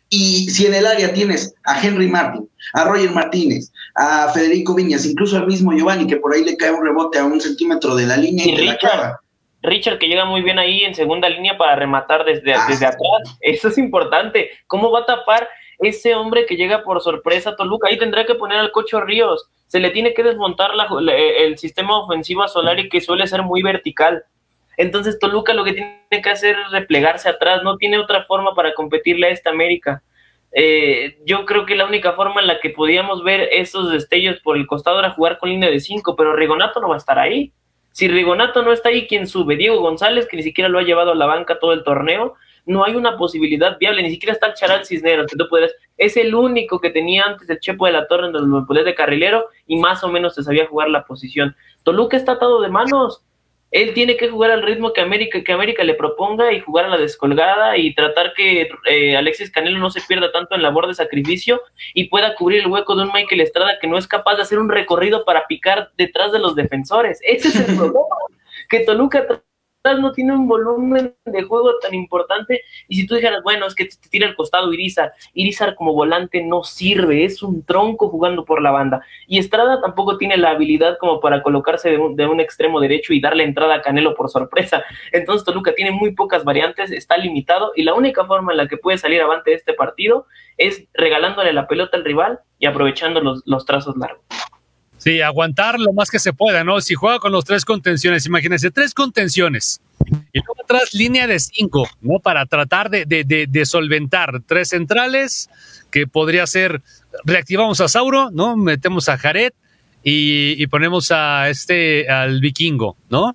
Y si en el área tienes a Henry Martin, a Roger Martínez, a Federico Viñas, incluso al mismo Giovanni, que por ahí le cae un rebote a un centímetro de la línea y, Y te la Richard. clava. Richard, que llega muy bien ahí en segunda línea para rematar desde, Ah, desde atrás. Eso es importante. ¿Cómo va a tapar ese hombre que llega por sorpresa a Toluca? Ahí tendrá que poner al Cocho Ríos. Se le tiene que desmontar la, la, el sistema ofensivo a Solari, que suele ser muy vertical. Entonces Toluca lo que tiene que hacer es replegarse atrás. No tiene otra forma para competirle a esta América. Eh, yo creo que la única forma en la que podíamos ver esos destellos por el costado era jugar con línea de cinco, pero Rigonato no va a estar ahí. Si Rigonato no está ahí, ¿quién sube? Diego González, que ni siquiera lo ha llevado a la banca todo el torneo. No hay una posibilidad viable, ni siquiera está el Charal Cisneros, que tú puedes, es el único que tenía antes el Chepo de la Torre, en donde lo podías de carrilero y más o menos te sabía jugar la posición. Toluca está atado de manos. Él tiene que jugar al ritmo que América, que América le proponga y jugar a la descolgada y tratar que eh, Alexis Canelo no se pierda tanto en labor de sacrificio y pueda cubrir el hueco de un Michael Estrada que no es capaz de hacer un recorrido para picar detrás de los defensores. Ese es el problema, que Toluca atrás no tiene un volumen de juego tan importante, y si tú dijeras, bueno, es que te, te tira al costado Irizar, Irizar como volante no sirve, es un tronco jugando por la banda, y Estrada tampoco tiene la habilidad como para colocarse de un, de un extremo derecho y darle entrada a Canelo por sorpresa. Entonces Toluca tiene muy pocas variantes, está limitado, y la única forma en la que puede salir avante de este partido es regalándole la pelota al rival y aprovechando los, los trazos largos. Sí, aguantar lo más que se pueda, ¿no? Si juega con los tres contenciones, imagínense, tres contenciones y luego atrás línea de cinco, ¿no? Para tratar de, de, de, de solventar tres centrales, que podría ser, reactivamos a Sauro, ¿no? Metemos a Jared y, y ponemos a este, al Vikingo, ¿no?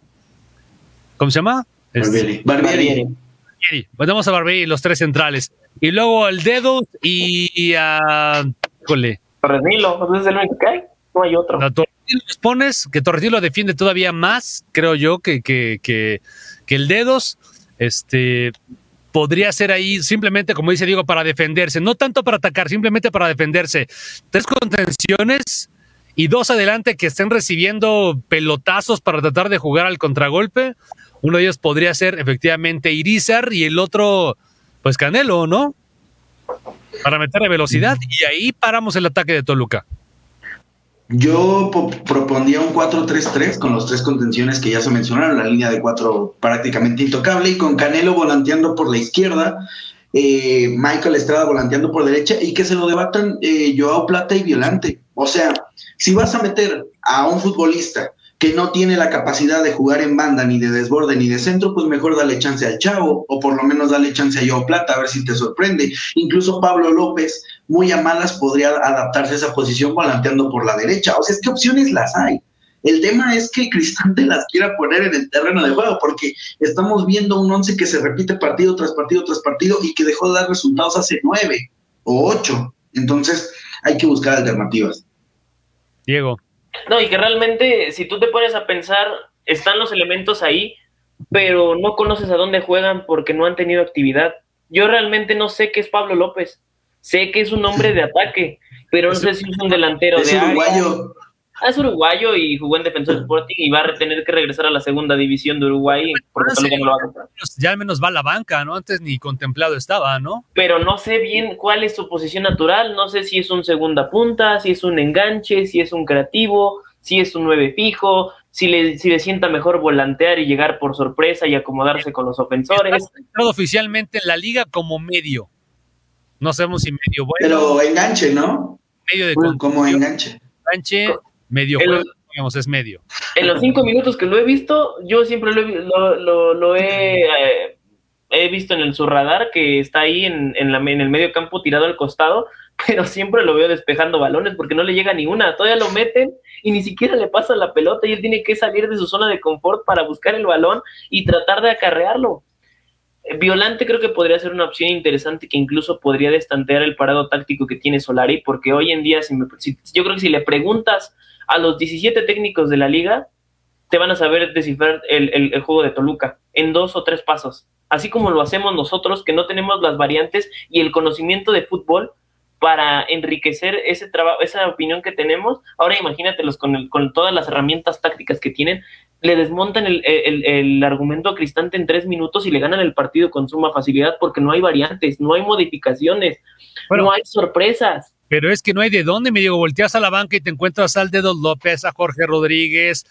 ¿Cómo se llama? Barbieri. Barbieri. Barbieri. Ponemos a Barbieri, los tres centrales. Y luego al Dedo y, y a... Híjole. Torres Nilo, ¿no es el único que hay? No hay otro. A Torres los pones, que Torres lo defiende todavía más, creo yo, que, que, que, que el Dedos. Este podría ser ahí simplemente, como dice Diego, para defenderse, no tanto para atacar, simplemente para defenderse. Tres contenciones y dos adelante que estén recibiendo pelotazos para tratar de jugar al contragolpe. Uno de ellos podría ser efectivamente Irizar y el otro, pues Canelo, ¿no? Para meterle velocidad, y ahí paramos el ataque de Toluca. Yo po- propondría un cuatro tres tres con los tres contenciones que ya se mencionaron, la línea de cuatro prácticamente intocable y con Canelo volanteando por la izquierda, eh, Michael Estrada volanteando por derecha y que se lo debatan eh, Joao Plata y Violante. O sea, si vas a meter a un futbolista que no tiene la capacidad de jugar en banda, ni de desborde, ni de centro, pues mejor dale chance al chavo, o por lo menos dale chance a Joao Plata, a ver si te sorprende. Incluso Pablo López, muy a malas, podría adaptarse a esa posición volanteando por la derecha. O sea, es que opciones las hay. El tema es que Cristante las quiera poner en el terreno de juego, porque estamos viendo un once que se repite partido tras partido tras partido y que dejó de dar resultados hace nueve o ocho. Entonces, hay que buscar alternativas. Diego. No, y que realmente, si tú te pones a pensar, están los elementos ahí, pero no conoces a dónde juegan porque no han tenido actividad. Yo realmente no sé qué es Pablo López. Sé que es un hombre de ataque, pero no sé si es un delantero Es de área. uruguayo. Ah, es uruguayo y jugó en Defensor Sporting y va a tener que regresar a la segunda división de Uruguay porque Ah, sí. Toluca no lo va a comprar. Ya al menos va a la banca, ¿no? Antes ni contemplado estaba, ¿no? Pero no sé bien cuál es su posición natural, no sé si es un segunda punta, si es un enganche, si es un creativo, si es un nueve fijo, si le, si le sienta mejor volantear y llegar por sorpresa y acomodarse con los ofensores. Está registrado oficialmente en la liga como medio. No sabemos si medio bueno, Pero enganche, ¿no? medio de Como contención, enganche. enganche, medio El- juego, digamos, es medio. En los cinco minutos que lo he visto, yo siempre lo, he- lo, lo, lo he, eh, he visto en el su radar, que está ahí en, en, la, en el medio campo tirado al costado, pero siempre lo veo despejando balones porque no le llega ni una, todavía lo meten y ni siquiera le pasa la pelota y él tiene que salir de su zona de confort para buscar el balón y tratar de acarrearlo. Eh, Violante creo que podría ser una opción interesante que incluso podría destantear el parado táctico que tiene Solari, porque hoy en día si me, si, yo creo que si le preguntas a los diecisiete técnicos de la liga, te van a saber descifrar el, el, el juego de Toluca en dos o tres pasos, así como lo hacemos nosotros, que no tenemos las variantes y el conocimiento de fútbol para enriquecer ese trabajo, esa opinión que tenemos. Ahora imagínatelos con, el, con todas las herramientas tácticas que tienen, le desmontan el, el, el argumento a Cristante en tres minutos y le ganan el partido con suma facilidad porque no hay variantes, no hay modificaciones, Bueno, no hay sorpresas. pero es que no hay de dónde, me digo, volteas a la banca y te encuentras al Dedo López, a Jorge Rodríguez,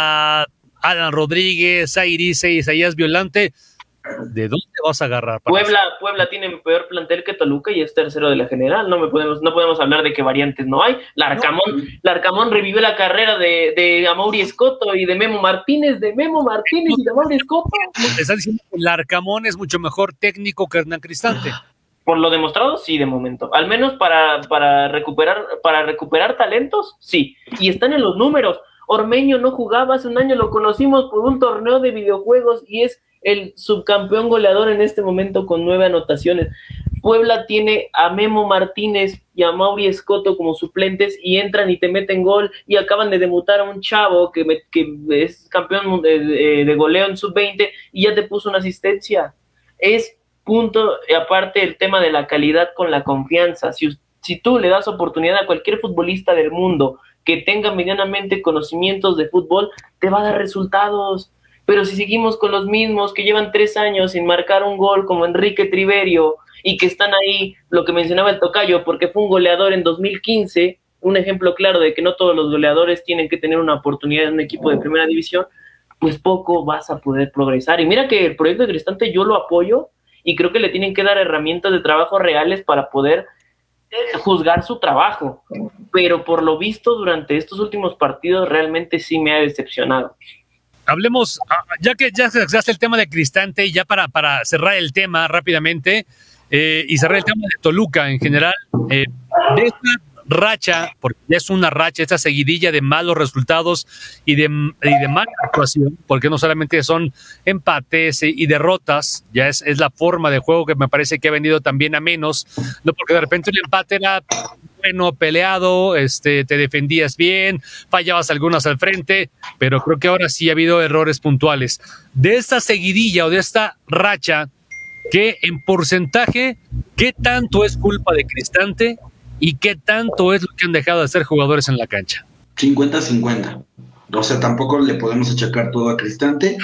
a Alan Rodríguez, a Iris, a Isaías Violante. ¿De dónde vas a agarrar? Para Puebla, Puebla tiene peor plantel que Toluca y es tercero de la general. No me podemos, no podemos hablar de que variantes no hay. Larcamón, Larcamón revivió la carrera de, de Amaury Escoto y de Memo Martínez, de Memo Martínez y de Amaury Escoto. Te están diciendo que el Arcamón es mucho mejor técnico que Hernán Cristante. Por lo demostrado, sí, de momento. Al menos para, para recuperar, para recuperar talentos, sí. Y están en los números. Ormeño no jugaba hace un año, lo conocimos por un torneo de videojuegos y es el subcampeón goleador en este momento con nueve anotaciones. Puebla tiene a Memo Martínez y a Mauri Escoto como suplentes y entran y te meten gol y acaban de debutar a un chavo que, me, que es campeón de, de, de goleo en sub veinte y ya te puso una asistencia. Es punto, aparte el tema de la calidad con la confianza. Si, si tú le das oportunidad a cualquier futbolista del mundo que tenga medianamente conocimientos de fútbol, te va a dar resultados. Pero si seguimos con los mismos que llevan tres años sin marcar un gol como Enrique Triverio y que están ahí, lo que mencionaba el tocayo, porque fue un goleador en dos mil quince, un ejemplo claro de que no todos los goleadores tienen que tener una oportunidad en un equipo de primera división, pues poco vas a poder progresar. Y mira que el proyecto de Cristante yo lo apoyo y creo que le tienen que dar herramientas de trabajo reales para poder eh, juzgar su trabajo. Pero por lo visto durante estos últimos partidos realmente sí me ha decepcionado. Hablemos, ya que ya sacaste el tema de Cristante y ya para, para cerrar el tema rápidamente eh, y cerrar el tema de Toluca en general, eh, de esta racha, porque ya es una racha, esta seguidilla de malos resultados y de, y de mala actuación, porque no solamente son empates y derrotas, ya es, es la forma de juego que me parece que ha venido también a menos, no porque de repente el empate era bueno, peleado, este, te defendías bien, fallabas algunas al frente, pero creo que ahora sí ha habido errores puntuales. De esta seguidilla o de esta racha, ¿qué en porcentaje, qué tanto es culpa de Cristante y qué tanto es lo que han dejado de ser jugadores en la cancha? cincuenta cincuenta. O sea, tampoco le podemos achacar todo a Cristante.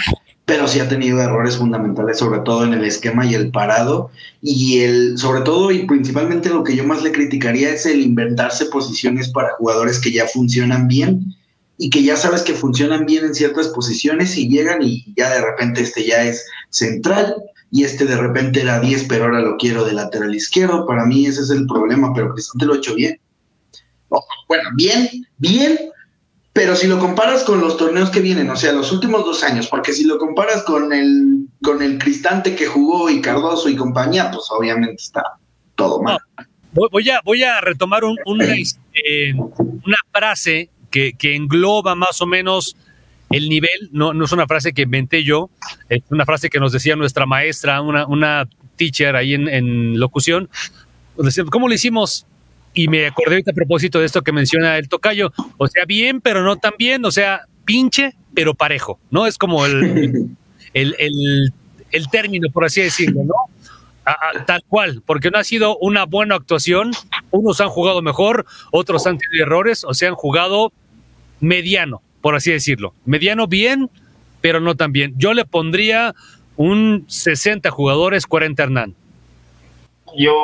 pero sí ha tenido errores fundamentales, sobre todo en el esquema y el parado, y el, sobre todo y principalmente lo que yo más le criticaría es el inventarse posiciones para jugadores que ya funcionan bien, y que ya sabes que funcionan bien en ciertas posiciones y llegan y ya de repente este ya es central, y este de repente era diez, pero ahora lo quiero de lateral izquierdo. Para mí ese es el problema, pero Cristante lo ha hecho bien. Oh, bueno, bien, bien, pero si lo comparas con los torneos que vienen, o sea, los últimos dos años, porque si lo comparas con el, con el Cristante que jugó y Cardoso y compañía, pues obviamente está todo mal. No, voy, a, voy a retomar un, un, este, una frase que, que engloba más o menos el nivel. No, no es una frase que inventé yo, es una frase que nos decía nuestra maestra, una, una teacher ahí en, en locución. ¿Cómo lo hicimos? Y me acordé ahorita a propósito de esto que menciona el tocayo. O sea, bien, pero no tan bien. O sea, pinche, pero parejo, ¿no? Es como el, el, el, el término, por así decirlo, ¿no? A, a, tal cual, porque no ha sido una buena actuación. Unos han jugado mejor, otros han tenido errores, o sea, han jugado mediano, por así decirlo. Mediano bien, pero no tan bien. Yo le pondría un sesenta jugadores, cuarenta Hernán. Yo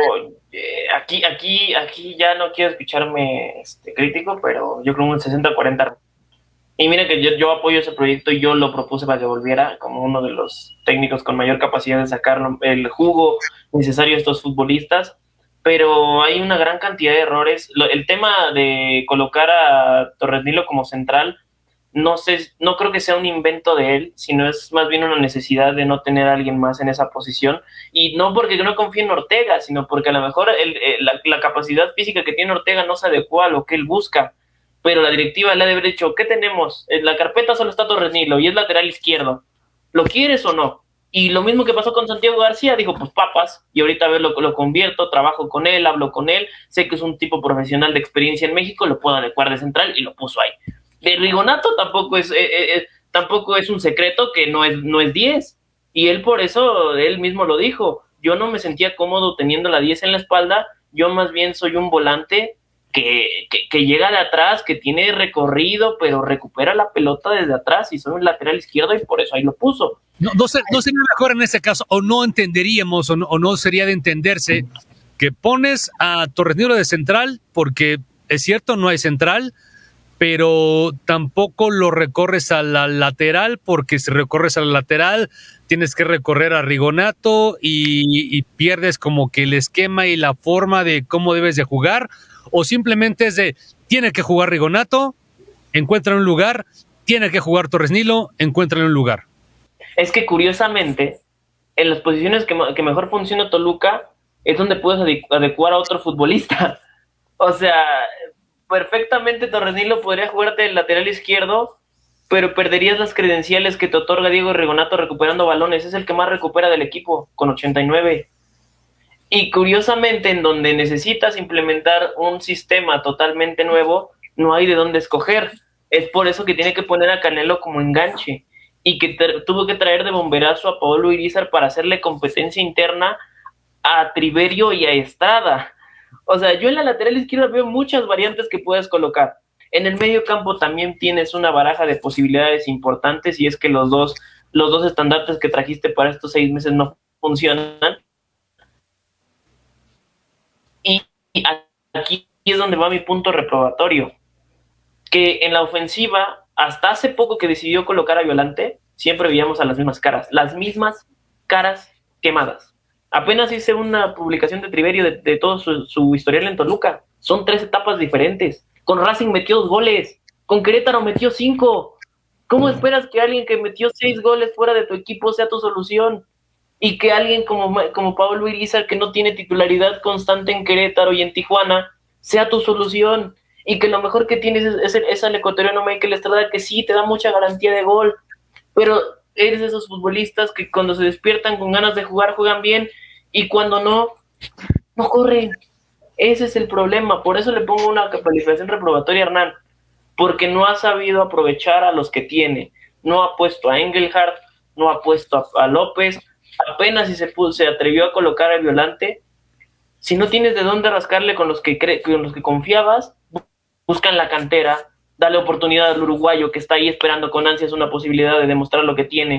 eh, aquí, aquí, aquí ya no quiero escucharme este, crítico, pero yo creo un sesenta cuarenta. Y mira que yo, yo apoyo ese proyecto y yo lo propuse para que volviera como uno de los técnicos con mayor capacidad de sacar el jugo necesario a estos futbolistas, pero hay una gran cantidad de errores. El tema de colocar a Torres Nilo como central, no sé, no creo que sea un invento de él, sino es más bien una necesidad de no tener a alguien más en esa posición, y no porque no confíe en Ortega, sino porque a lo mejor el, el, la, la capacidad física que tiene Ortega no se adecua a lo que él busca. Pero la directiva le ha de haber dicho, ¿qué tenemos? En la carpeta solo está Torres Nilo y es lateral izquierdo. ¿Lo quieres o no? Y lo mismo que pasó con Santiago García, dijo, pues papas, y ahorita a ver, lo, lo convierto, trabajo con él, hablo con él, sé que es un tipo profesional de experiencia en México, lo puedo adecuar de central y lo puso ahí. De Rigonato tampoco es, eh, eh, tampoco es un secreto que no es, no es diez, y él por eso, él mismo lo dijo, yo no me sentía cómodo teniendo la diez en la espalda, yo más bien soy un volante Que, que, que llega de atrás, que tiene recorrido, pero recupera la pelota desde atrás y soy un lateral izquierdo y por eso ahí lo puso. No, no, ser, no sería mejor en ese caso, o no entenderíamos, o no, o no sería de entenderse, que pones a Torres Nilo de central, porque es cierto, no hay central, pero tampoco lo recorres a la lateral, porque si recorres a la lateral tienes que recorrer a Rigonato y, y pierdes como que el esquema y la forma de cómo debes de jugar. O simplemente es de, tiene que jugar Rigonato, encuentra un lugar, tiene que jugar Torres Nilo, encuentra un lugar. Es que curiosamente, en las posiciones que, que mejor funciona Toluca, es donde puedes adecuar a otro futbolista. O sea, perfectamente Torres Nilo podría jugarte el lateral izquierdo, pero perderías las credenciales que te otorga Diego Rigonato recuperando balones. Es el que más recupera del equipo, con ochenta y nueve. Y curiosamente, en donde necesitas implementar un sistema totalmente nuevo, no hay de dónde escoger. Es por eso que tiene que poner a Canelo como enganche y que te, tuvo que traer de bomberazo a Paolo Irizar para hacerle competencia interna a Triverio y a Estrada. O sea, yo en la lateral izquierda veo muchas variantes que puedes colocar. En el medio campo también tienes una baraja de posibilidades importantes, y es que los dos, los dos estandartes que trajiste para estos seis meses no funcionan. Y aquí es donde va mi punto reprobatorio, que en la ofensiva, hasta hace poco que decidió colocar a Violante, siempre veíamos a las mismas caras, las mismas caras quemadas. Apenas hice una publicación de Triverio de, de todo su, su historial en Toluca, son tres etapas diferentes. Con Racing metió dos goles, con Querétaro metió cinco. ¿Cómo esperas que alguien que metió seis goles fuera de tu equipo sea tu solución? Y que alguien como, como Paolo Irizar, que no tiene titularidad constante en Querétaro y en Tijuana, sea tu solución. Y que lo mejor que tienes es, es, es al ecuatoriano Michael Estrada, que sí te da mucha garantía de gol, pero eres de esos futbolistas que cuando se despiertan con ganas de jugar, juegan bien, y cuando no, no corren. Ese es el problema. Por eso le pongo una calificación reprobatoria a Hernán, porque no ha sabido aprovechar a los que tiene. No ha puesto a Engelhardt, no ha puesto a, a López. Apenas si se, puso, se atrevió a colocar a Violante. Si no tienes de dónde rascarle con los que cre- con los que confiabas, busca en la cantera, dale oportunidad al uruguayo que está ahí esperando con ansias una posibilidad de demostrar lo que tiene.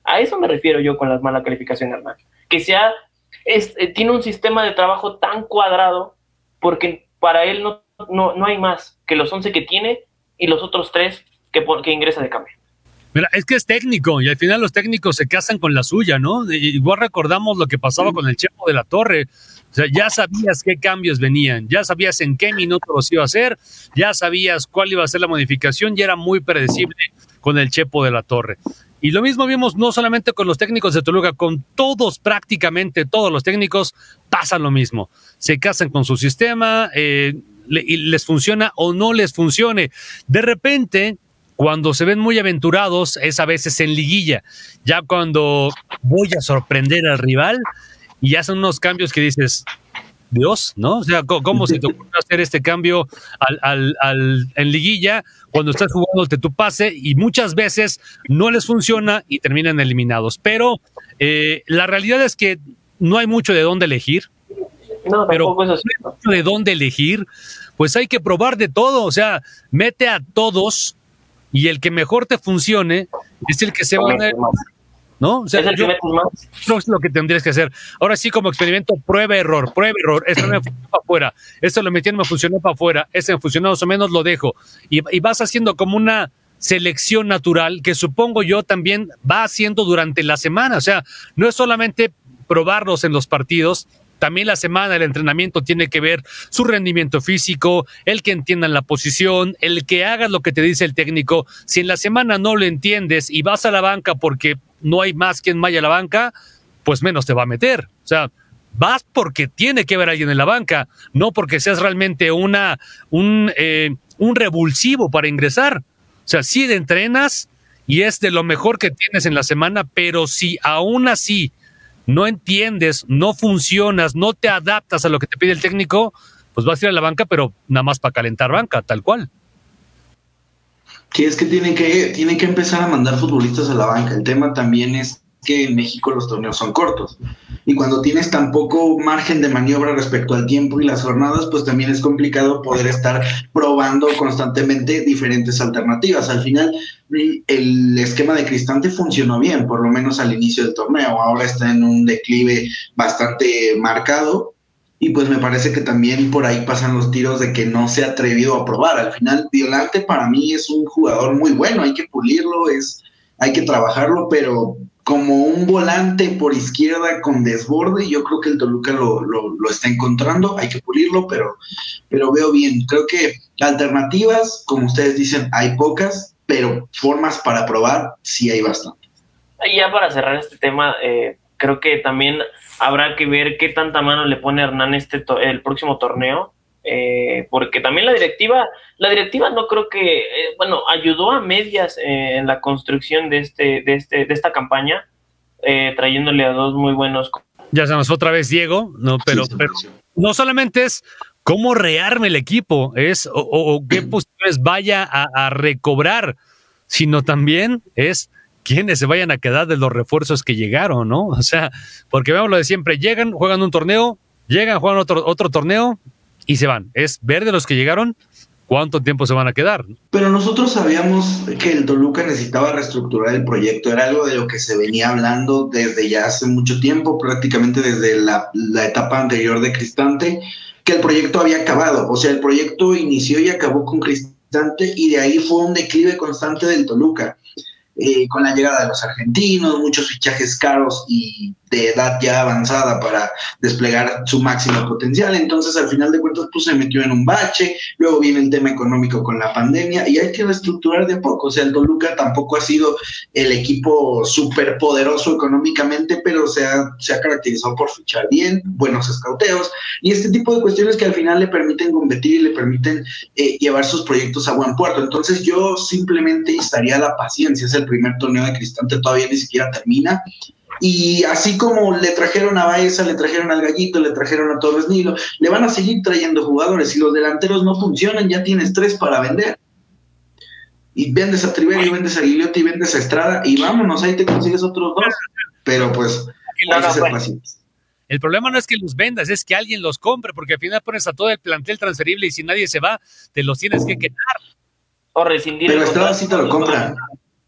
A eso me refiero yo con la mala calificación, Hernán. Que sea, es, eh, tiene un sistema de trabajo tan cuadrado porque para él no, no, no hay más que los once que tiene y los otros tres que, que ingresa de cambio. Mira, es que es técnico y al final los técnicos se casan con la suya, ¿no? Igual recordamos lo que pasaba con el Chepo de la Torre. O sea, ya sabías qué cambios venían, ya sabías en qué minuto los iba a hacer, ya sabías cuál iba a ser la modificación y era muy predecible con el Chepo de la Torre. Y lo mismo vimos no solamente con los técnicos de Toluca, con todos, prácticamente todos los técnicos pasa lo mismo. Se casan con su sistema, eh, le, y les funciona o no les funcione. De repente, cuando se ven muy aventurados es a veces en liguilla, ya cuando voy a sorprender al rival y hacen unos cambios que dices, Dios, ¿no? O sea, ¿cómo se te ocurre hacer este cambio al, al, al, en liguilla cuando estás jugándote tu pase? Y muchas veces no les funciona y terminan eliminados. Pero eh, la realidad es que no hay mucho de dónde elegir. No, pero es así, no hay mucho de dónde elegir, pues hay que probar de todo. O sea, mete a todos y el que mejor te funcione es el que se va a ganar, ¿no? O sea, es el yo, que metes más. Eso es lo que tendrías que hacer. Ahora sí, como experimento, prueba, error, prueba, error. Esto me funcionó para afuera, esto lo metí, no me funcionó para afuera, este me funcionó más o menos, lo dejo. Y, y vas haciendo como una selección natural que supongo yo también va haciendo durante la semana. O sea, no es solamente probarlos en los partidos, también la semana, el entrenamiento tiene que ver su rendimiento físico, el que entiendan la posición, el que hagas lo que te dice el técnico. Si en la semana no lo entiendes y vas a la banca porque no hay más quien vaya a la banca, pues menos te va a meter. O sea, vas porque tiene que haber alguien en la banca, no porque seas realmente una, un, eh, un revulsivo para ingresar. O sea, sí entrenas y es de lo mejor que tienes en la semana, pero si aún así no entiendes, no funcionas, no te adaptas a lo que te pide el técnico, pues vas a ir a la banca, pero nada más para calentar banca, tal cual. Sí, es que tienen que, tienen que empezar a mandar futbolistas a la banca. El tema también es que en México los torneos son cortos. Y cuando tienes tan poco margen de maniobra respecto al tiempo y las jornadas, pues también es complicado poder estar probando constantemente diferentes alternativas. Al final, el esquema de Cristante funcionó bien, por lo menos al inicio del torneo. Ahora está en un declive bastante marcado. Y pues me parece que también por ahí pasan los tiros de que no se ha atrevido a probar. Al final, Violante para mí es un jugador muy bueno, hay que pulirlo, es, hay que trabajarlo, pero como un volante por izquierda con desborde, yo creo que el Toluca lo, lo, lo está encontrando, hay que pulirlo, pero, pero veo bien. Creo que alternativas, como ustedes dicen, hay pocas, pero formas para probar sí hay bastante. Y ya para cerrar este tema, eh, creo que también habrá que ver qué tanta mano le pone Hernán este to- el próximo torneo, eh, porque también la directiva, la directiva no creo que, eh, bueno, ayudó a medias eh, en la construcción de este, de este, de esta campaña, eh, trayéndole a dos muy buenos. Ya sabemos otra vez Diego, no, pero, Sí, pero no solamente es cómo rearme el equipo, es o, o, o qué posiciones vaya a, a recobrar, sino también es quiénes se vayan a quedar de los refuerzos que llegaron, ¿no? O sea, porque vemos lo de siempre, llegan, juegan un torneo, llegan, juegan otro, otro torneo y se van. Es ver de los que llegaron cuánto tiempo se van a quedar. Pero nosotros sabíamos que el Toluca necesitaba reestructurar el proyecto, era algo de lo que se venía hablando desde ya hace mucho tiempo, prácticamente desde la, la etapa anterior de Cristante, que el proyecto había acabado. O sea, el proyecto inició y acabó con Cristante y de ahí fue un declive constante del Toluca. Eh, con la llegada de los argentinos, muchos fichajes caros y de edad ya avanzada para desplegar su máximo potencial. Entonces, al final de cuentas, pues se metió en un bache. Luego viene el tema económico con la pandemia y hay que reestructurar de a poco. O sea, el Toluca tampoco ha sido el equipo súper poderoso económicamente, pero se ha, se ha caracterizado por fichar bien, buenos escauteos y este tipo de cuestiones que al final le permiten competir y le permiten eh, llevar sus proyectos a buen puerto. Entonces, yo simplemente instaría la paciencia. Es el primer torneo de Cristante, todavía ni siquiera termina. Y así como le trajeron a Baeza, le trajeron al Gallito, le trajeron a Torres Nilo, le van a seguir trayendo jugadores. Si los delanteros no funcionan, ya tienes tres para vender. Y vendes a Triverio, vendes a Gigliotti, vendes a Estrada y vámonos, ahí te consigues otros dos. Pero pues, No, hay que no, ser pues. pacientes. El problema no es que los vendas, es que alguien los compre, porque al final pones a todo el plantel transferible y si nadie se va, te los tienes que quedar. O rescindir. Pero el Estrada contrato. sí te lo compra.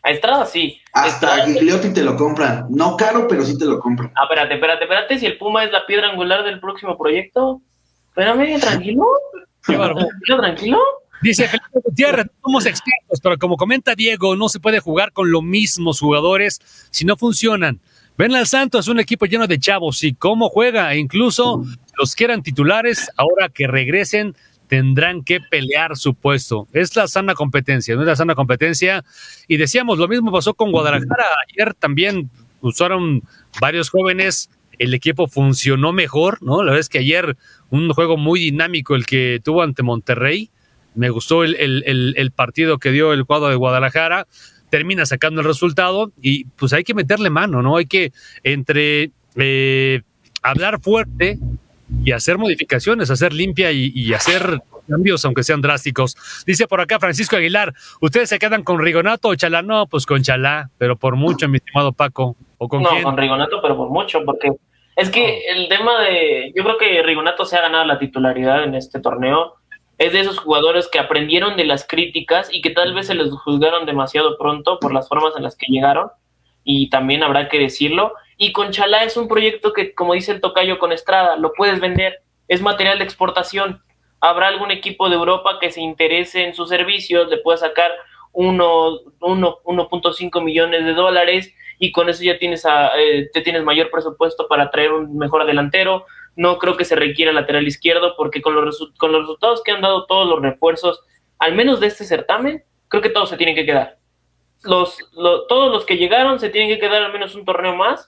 A Estrada sí. Hasta Estrada... Gigliotti te lo compran. No caro, pero sí te lo compran. Ah, espérate, espérate, espérate. Si el Puma es la piedra angular del próximo proyecto. Espérame, tranquilo. Qué bárbaro. Tranquilo, tranquilo. Dice Felipe Gutiérrez, somos expertos, pero como comenta Diego, no se puede jugar con los mismos jugadores si no funcionan. Ven al Santos, un equipo lleno de chavos, y cómo juega, e incluso los que eran titulares, ahora que regresen, tendrán que pelear su puesto. Es la sana competencia, no es la sana competencia. Y decíamos, lo mismo pasó con Guadalajara. Ayer también usaron varios jóvenes, el equipo funcionó mejor, ¿no? La verdad es que ayer un juego muy dinámico el que tuvo ante Monterrey. Me gustó el, el, el, el partido que dio el cuadro de Guadalajara. Termina sacando el resultado y pues hay que meterle mano, ¿no? Hay que entre eh, hablar fuerte y hacer modificaciones, hacer limpia y, y hacer cambios, aunque sean drásticos. Dice por acá Francisco Aguilar, ¿ustedes se quedan con Rigonato o Chalá? No, pues con Chalá, pero por mucho, mi estimado Paco. ¿O con no, quién? Con Rigonato, pero por mucho, porque es que el tema de... Yo creo que Rigonato se ha ganado la titularidad en este torneo. Es de esos jugadores que aprendieron de las críticas y que tal vez se les juzgaron demasiado pronto por las formas en las que llegaron, y también habrá que decirlo. Y con Chalá es un proyecto que, como dice el tocayo con Estrada, lo puedes vender, es material de exportación. Habrá algún equipo de Europa que se interese en sus servicios, le pueda sacar uno punto cinco millones de dólares y con eso ya tienes a, eh, te tienes mayor presupuesto para traer un mejor delantero. No creo que se requiera lateral izquierdo, porque con los, resu- con los resultados que han dado todos los refuerzos, al menos de este certamen, creo que todos se tienen que quedar. Los, lo, todos los que llegaron se tienen que quedar al menos un torneo más,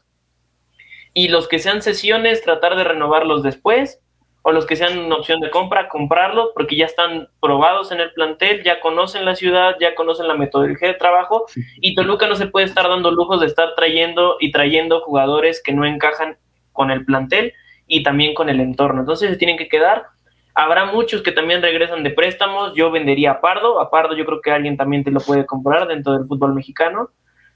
y los que sean cesiones, tratar de renovarlos después, o los que sean una opción de compra, comprarlos, porque ya están probados en el plantel, ya conocen la ciudad, ya conocen la metodología de trabajo, y Toluca no se puede estar dando lujos de estar trayendo y trayendo jugadores que no encajan con el plantel y también con el entorno. Entonces se tienen que quedar. Habrá muchos que también regresan de préstamos. Yo vendería a Pardo. A Pardo yo creo que alguien también te lo puede comprar dentro del fútbol mexicano.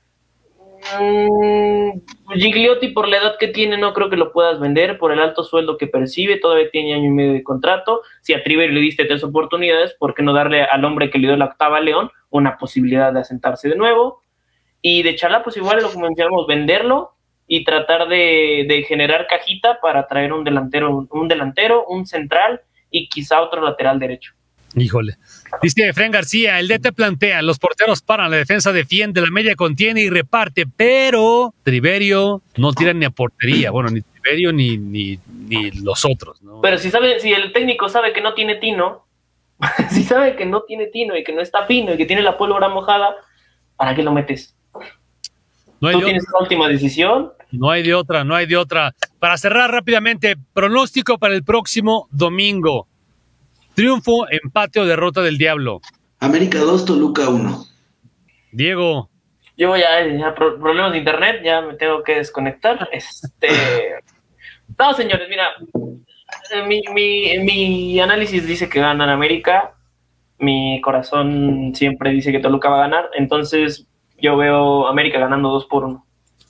Mm, Gigliotti, por la edad que tiene, no creo que lo puedas vender por el alto sueldo que percibe. Todavía tiene año y medio de contrato. Si a Triver le diste tres oportunidades, ¿por qué no darle al hombre que le dio la octava a León una posibilidad de asentarse de nuevo? Y de Chalá, pues igual lo que mencionamos, venderlo y tratar de, de generar cajita para traer un delantero, un, un delantero, un central y quizá otro lateral derecho. Híjole. Dice Efraín García, el D T plantea, los porteros paran, la defensa defiende, la media contiene y reparte, pero Triverio no tira ni a portería. Bueno, ni Triverio ni, ni, ni los otros, ¿no? Pero si sabe, si el técnico sabe que no tiene tino, si sabe que no tiene tino y que no está fino y que tiene la pólvora mojada, ¿para qué lo metes? No hay ¿Tú de tienes otra. la última decisión? No hay de otra, no hay de otra. Para cerrar rápidamente, pronóstico para el próximo domingo. Triunfo, empate o derrota del Diablo. América dos, Toluca uno. Diego. Yo ya, ya pro- problemas de internet, ya me tengo que desconectar. Este, no, señores, mira, eh, mi, mi, mi análisis dice que gana América, mi corazón siempre dice que Toluca va a ganar, entonces yo veo América ganando dos por uno.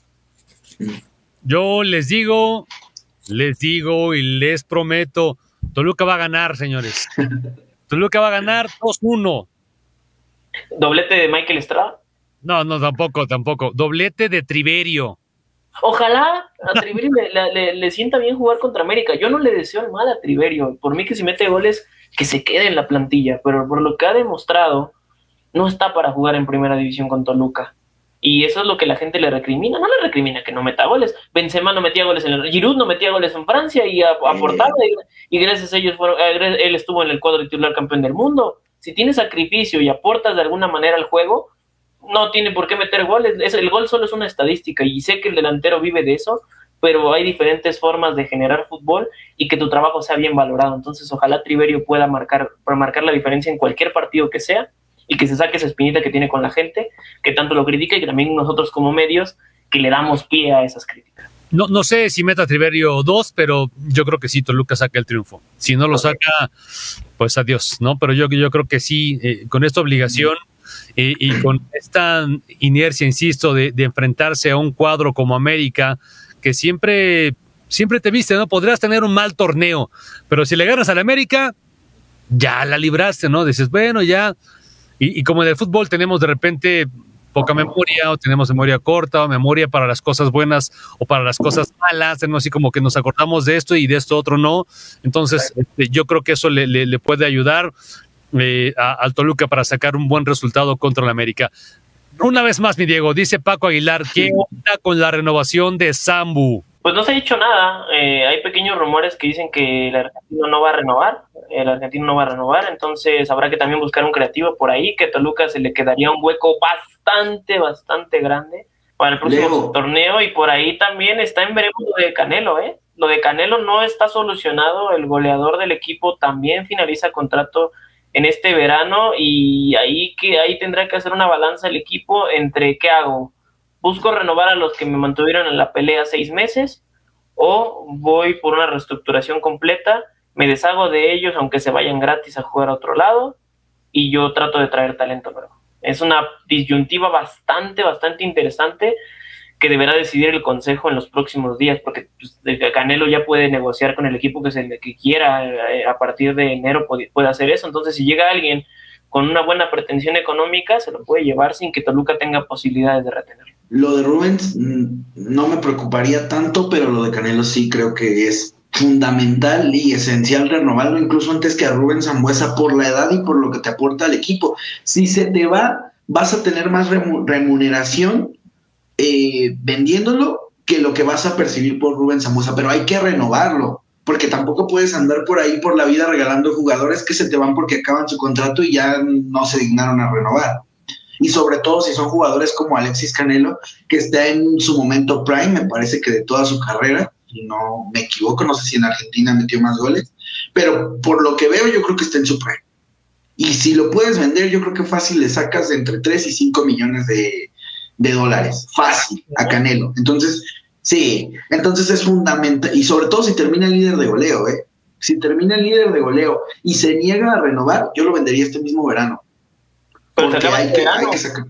Yo les digo, les digo y les prometo, Toluca va a ganar, señores. Toluca va a ganar dos uno. ¿Doblete de Michael Estrada? No, no, tampoco, tampoco. Doblete de Triverio. Ojalá a Triverio le, le, le sienta bien jugar contra América. Yo no le deseo el mal a Triverio. Por mí que si mete goles, que se quede en la plantilla. Pero por lo que ha demostrado, no está para jugar en primera división con Toluca. Y eso es lo que la gente le recrimina. No le recrimina que no meta goles. Benzema no metía goles en el... Giroud no metía goles en Francia y aportaba. Y, y gracias a ellos, fueron, él estuvo en el cuadro titular campeón del mundo. Si tienes sacrificio y aportas de alguna manera al juego, no tiene por qué meter goles. Es, el gol solo es una estadística y sé que el delantero vive de eso, pero hay diferentes formas de generar fútbol y que tu trabajo sea bien valorado. Entonces ojalá Triverio pueda marcar, marcar la diferencia en cualquier partido que sea y que se saque esa espinita que tiene con la gente, que tanto lo critica y que también nosotros como medios que le damos pie a esas críticas. No, no sé si meta Triverio dos, pero yo creo que sí, Toluca saca el triunfo. Si no lo okay. saca, pues adiós, ¿no? Pero yo, yo creo que sí, eh, con esta obligación eh, y con esta inercia, insisto, de, de enfrentarse a un cuadro como América, que siempre, siempre te viste, ¿no? Podrías tener un mal torneo, pero si le ganas al América, ya la libraste, ¿no? Dices, bueno, ya. Y, y como en el fútbol tenemos de repente poca memoria, o tenemos memoria corta, o memoria para las cosas buenas o para las cosas malas, tenemos así como que nos acordamos de esto y de esto otro no. Entonces, este, yo creo que eso le, le, le puede ayudar eh, a, al Toluca para sacar un buen resultado contra el América. Una vez más, mi Diego, dice Paco Aguilar, ¿qué onda con la renovación de Sambu? Pues no se ha dicho nada. Eh, hay pequeños rumores que dicen que el argentino no va a renovar. El argentino no va a renovar, entonces habrá que también buscar un creativo por ahí, que a Toluca se le quedaría un hueco bastante, bastante grande para el próximo Leo. torneo, y por ahí también está en veremos lo de Canelo, ¿eh? Lo de Canelo no está solucionado, el goleador del equipo también finaliza contrato en este verano, y ahí que ahí tendrá que hacer una balanza el equipo entre ¿qué hago? ¿Busco renovar a los que me mantuvieron en la pelea seis meses o voy por una reestructuración completa, me deshago de ellos aunque se vayan gratis a jugar a otro lado y yo trato de traer talento nuevo? Es una disyuntiva bastante, bastante interesante que deberá decidir el consejo en los próximos días, porque pues, Canelo ya puede negociar con el equipo que, se, que quiera, eh, a partir de enero puede, puede hacer eso. Entonces, si llega alguien con una buena pretensión económica, se lo puede llevar sin que Toluca tenga posibilidades de retenerlo. Lo de Rubens mm, no me preocuparía tanto, pero lo de Canelo sí creo que es fundamental y esencial renovarlo, incluso antes que a Rubens Sambueza, por la edad y por lo que te aporta al equipo. Si se te va, vas a tener más remuneración eh, vendiéndolo que lo que vas a percibir por Rubens Sambueza, pero hay que renovarlo, porque tampoco puedes andar por ahí por la vida regalando jugadores que se te van porque acaban su contrato y ya no se dignaron a renovar. Y sobre todo si son jugadores como Alexis Canelo, que está en su momento prime, me parece que de toda su carrera, y no me equivoco, no sé si en Argentina metió más goles, pero por lo que veo yo creo que está en su prime. Y si lo puedes vender, yo creo que fácil le sacas de entre tres y cinco millones de, de dólares, fácil, a Canelo. Entonces, sí, entonces es fundamental, y sobre todo si termina el líder de goleo, ¿eh? Si termina el líder de goleo y se niega a renovar, yo lo vendería este mismo verano. Pero Porque se acaba hay el que, verano. hay que sacar.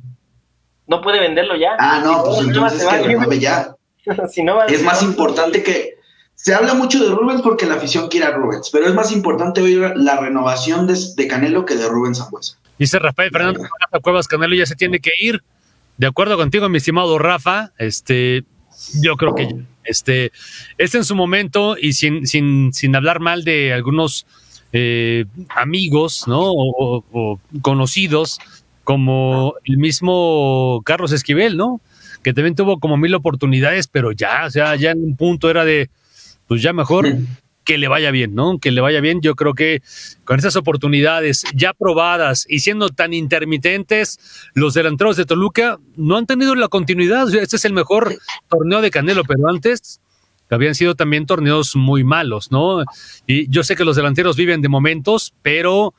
No puede venderlo ya. Ah, no, Si pues entonces va, que renueve ya. si no va, Es más importante que... Se habla mucho de Rubens porque la afición quiere a Rubens, pero es más importante oír la renovación de, de Canelo que de Rubens Sambueza. Dice Rafael Fernando Cuevas, Canelo ya se tiene que ir. De acuerdo contigo, mi estimado Rafa, este, yo creo que este, este en su momento, y sin, sin, sin hablar mal de algunos eh, amigos, ¿no? O, o, o conocidos, como el mismo Carlos Esquivel, ¿no? Que también tuvo como mil oportunidades, pero ya, o sea, ya en un punto era de, pues ya mejor sí. que le vaya bien, ¿no? Que le vaya bien. Yo creo que con esas oportunidades ya probadas y siendo tan intermitentes, los delanteros de Toluca no han tenido la continuidad. O sea, este es el mejor torneo de Canelo, pero antes habían sido también torneos muy malos, ¿no? Y yo sé que los delanteros viven de momentos, pero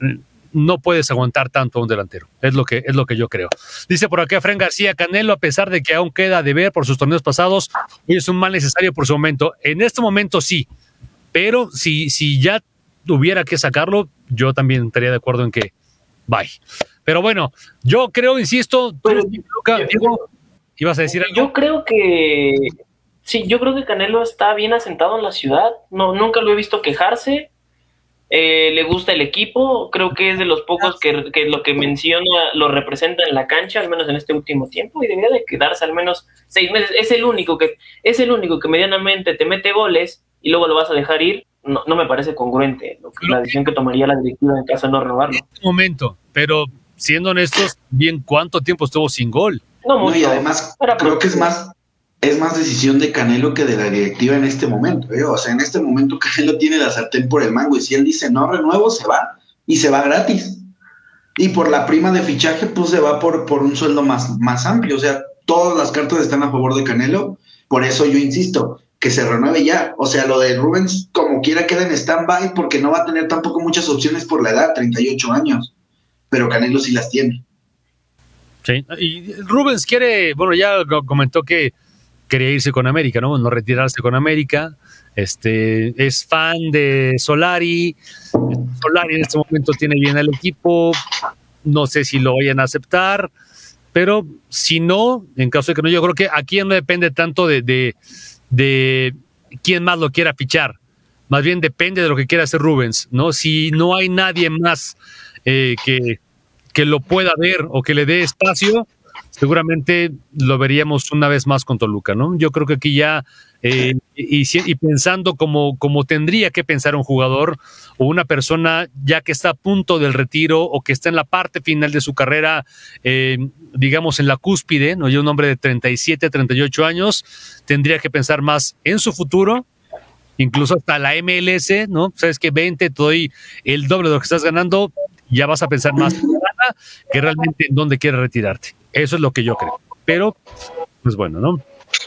no puedes aguantar tanto a un delantero, es lo que es lo que yo creo. Dice por acá Fran García, Canelo, a pesar de que aún queda de ver por sus torneos pasados, hoy es un mal necesario por su momento. En este momento sí, pero si, si ya tuviera que sacarlo, yo también estaría de acuerdo en que bye. Pero bueno, yo creo, insisto, tú, Pero, Luca, Diego, ¿ibas a decir algo? Yo creo que sí, yo creo que Canelo está bien asentado en la ciudad, no, nunca lo he visto quejarse. Eh, le gusta el equipo, creo que es de los pocos que, que lo que menciona lo representa en la cancha, al menos en este último tiempo, y debería de quedarse al menos seis meses. Es el único que es el único que medianamente te mete goles y luego lo vas a dejar ir. No, no me parece congruente lo que, la decisión que tomaría la directiva en caso de no renovarlo. En este momento, pero siendo honestos, bien, ¿cuánto tiempo estuvo sin gol? No mucho. No, y además creo que es más es más decisión de Canelo que de la directiva en este momento, ¿eh? O sea, en este momento Canelo tiene la sartén por el mango y si él dice no renuevo, se va y se va gratis. Y por la prima de fichaje, pues se va por, por un sueldo más, más amplio. O sea, todas las cartas están a favor de Canelo. Por eso yo insisto, que se renueve ya. O sea, lo de Rubens, como quiera, queda en stand-by porque no va a tener tampoco muchas opciones por la edad, treinta y ocho años. Pero Canelo sí las tiene. Sí, y Rubens quiere, bueno, ya comentó que quería irse con América, ¿no? No retirarse con América. Este, es fan de Solari. Solari en este momento tiene bien al equipo. No sé si lo vayan a aceptar, pero si no, en caso de que no, yo creo que aquí no depende tanto de, de, de quién más lo quiera fichar. Más bien depende de lo que quiera hacer Rubens, ¿no? Si no hay nadie más eh, que, que lo pueda ver o que le dé espacio, seguramente lo veríamos una vez más con Toluca, ¿no? Yo creo que aquí ya, eh, y, y pensando como, como tendría que pensar un jugador o una persona ya que está a punto del retiro o que está en la parte final de su carrera, eh, digamos en la cúspide, ¿no? Ya un hombre de treinta y siete, treinta y ocho años, tendría que pensar más en su futuro, incluso hasta la M L S, ¿no? Sabes que veinte, te doy el doble de lo que estás ganando, ya vas a pensar más en la gana que realmente en dónde quieres retirarte. Eso es lo que yo creo. Pero, pues bueno, ¿no?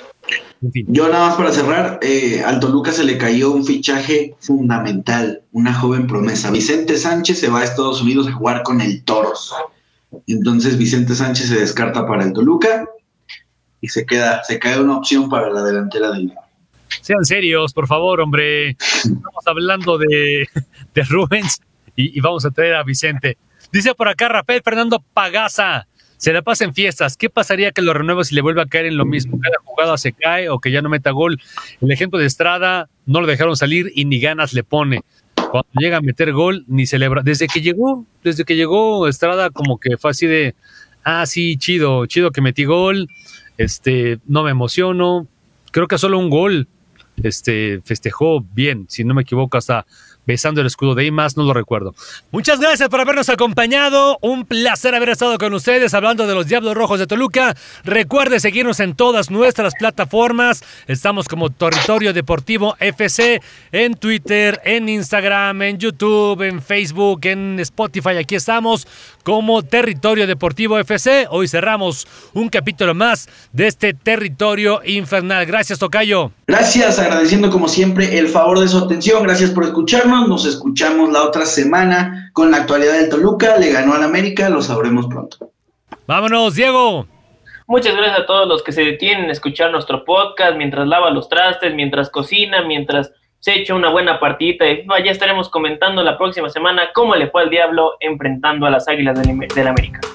En fin. Yo nada más para cerrar, eh, al Toluca se le cayó un fichaje fundamental, una joven promesa. Vicente Sánchez se va a Estados Unidos a jugar con el Toros. Entonces Vicente Sánchez se descarta para el Toluca y se queda, se cae una opción para la delantera del... Sean serios, por favor, hombre. Estamos hablando de, de Rubens y, y vamos a traer a Vicente. Dice por acá Rafael Fernando Pagaza, se la pasa en fiestas. ¿Qué pasaría que lo renuevas y le vuelva a caer en lo mismo? Cada jugada se cae o que ya no meta gol. El ejemplo de Estrada, no lo dejaron salir y ni ganas le pone. Cuando llega a meter gol, ni celebra. Desde que llegó, desde que llegó Estrada, como que fue así de, ah, sí, chido, chido que metí gol, este, no me emociono. Creo que solo un gol este, festejó bien, si no me equivoco, hasta besando el escudo de Imas, no lo recuerdo. Muchas gracias por habernos acompañado, un placer haber estado con ustedes hablando de los Diablos Rojos de Toluca. Recuerde seguirnos en todas nuestras plataformas, estamos como Territorio Deportivo F C, en Twitter, en Instagram, en YouTube, en Facebook, en Spotify, aquí estamos como Territorio Deportivo F C. Hoy cerramos un capítulo más de este Territorio Infernal. Gracias, Tocayo. Gracias, agradeciendo como siempre el favor de su atención, gracias por escucharnos, nos escuchamos la otra semana con la actualidad del Toluca, le ganó al América, lo sabremos pronto. Vámonos, Diego. Muchas gracias a todos los que se detienen a escuchar nuestro podcast mientras lava los trastes, mientras cocina, mientras se echa una buena partidita de FIFA. Ya estaremos comentando la próxima semana cómo le fue al Diablo enfrentando a las Águilas del, del América.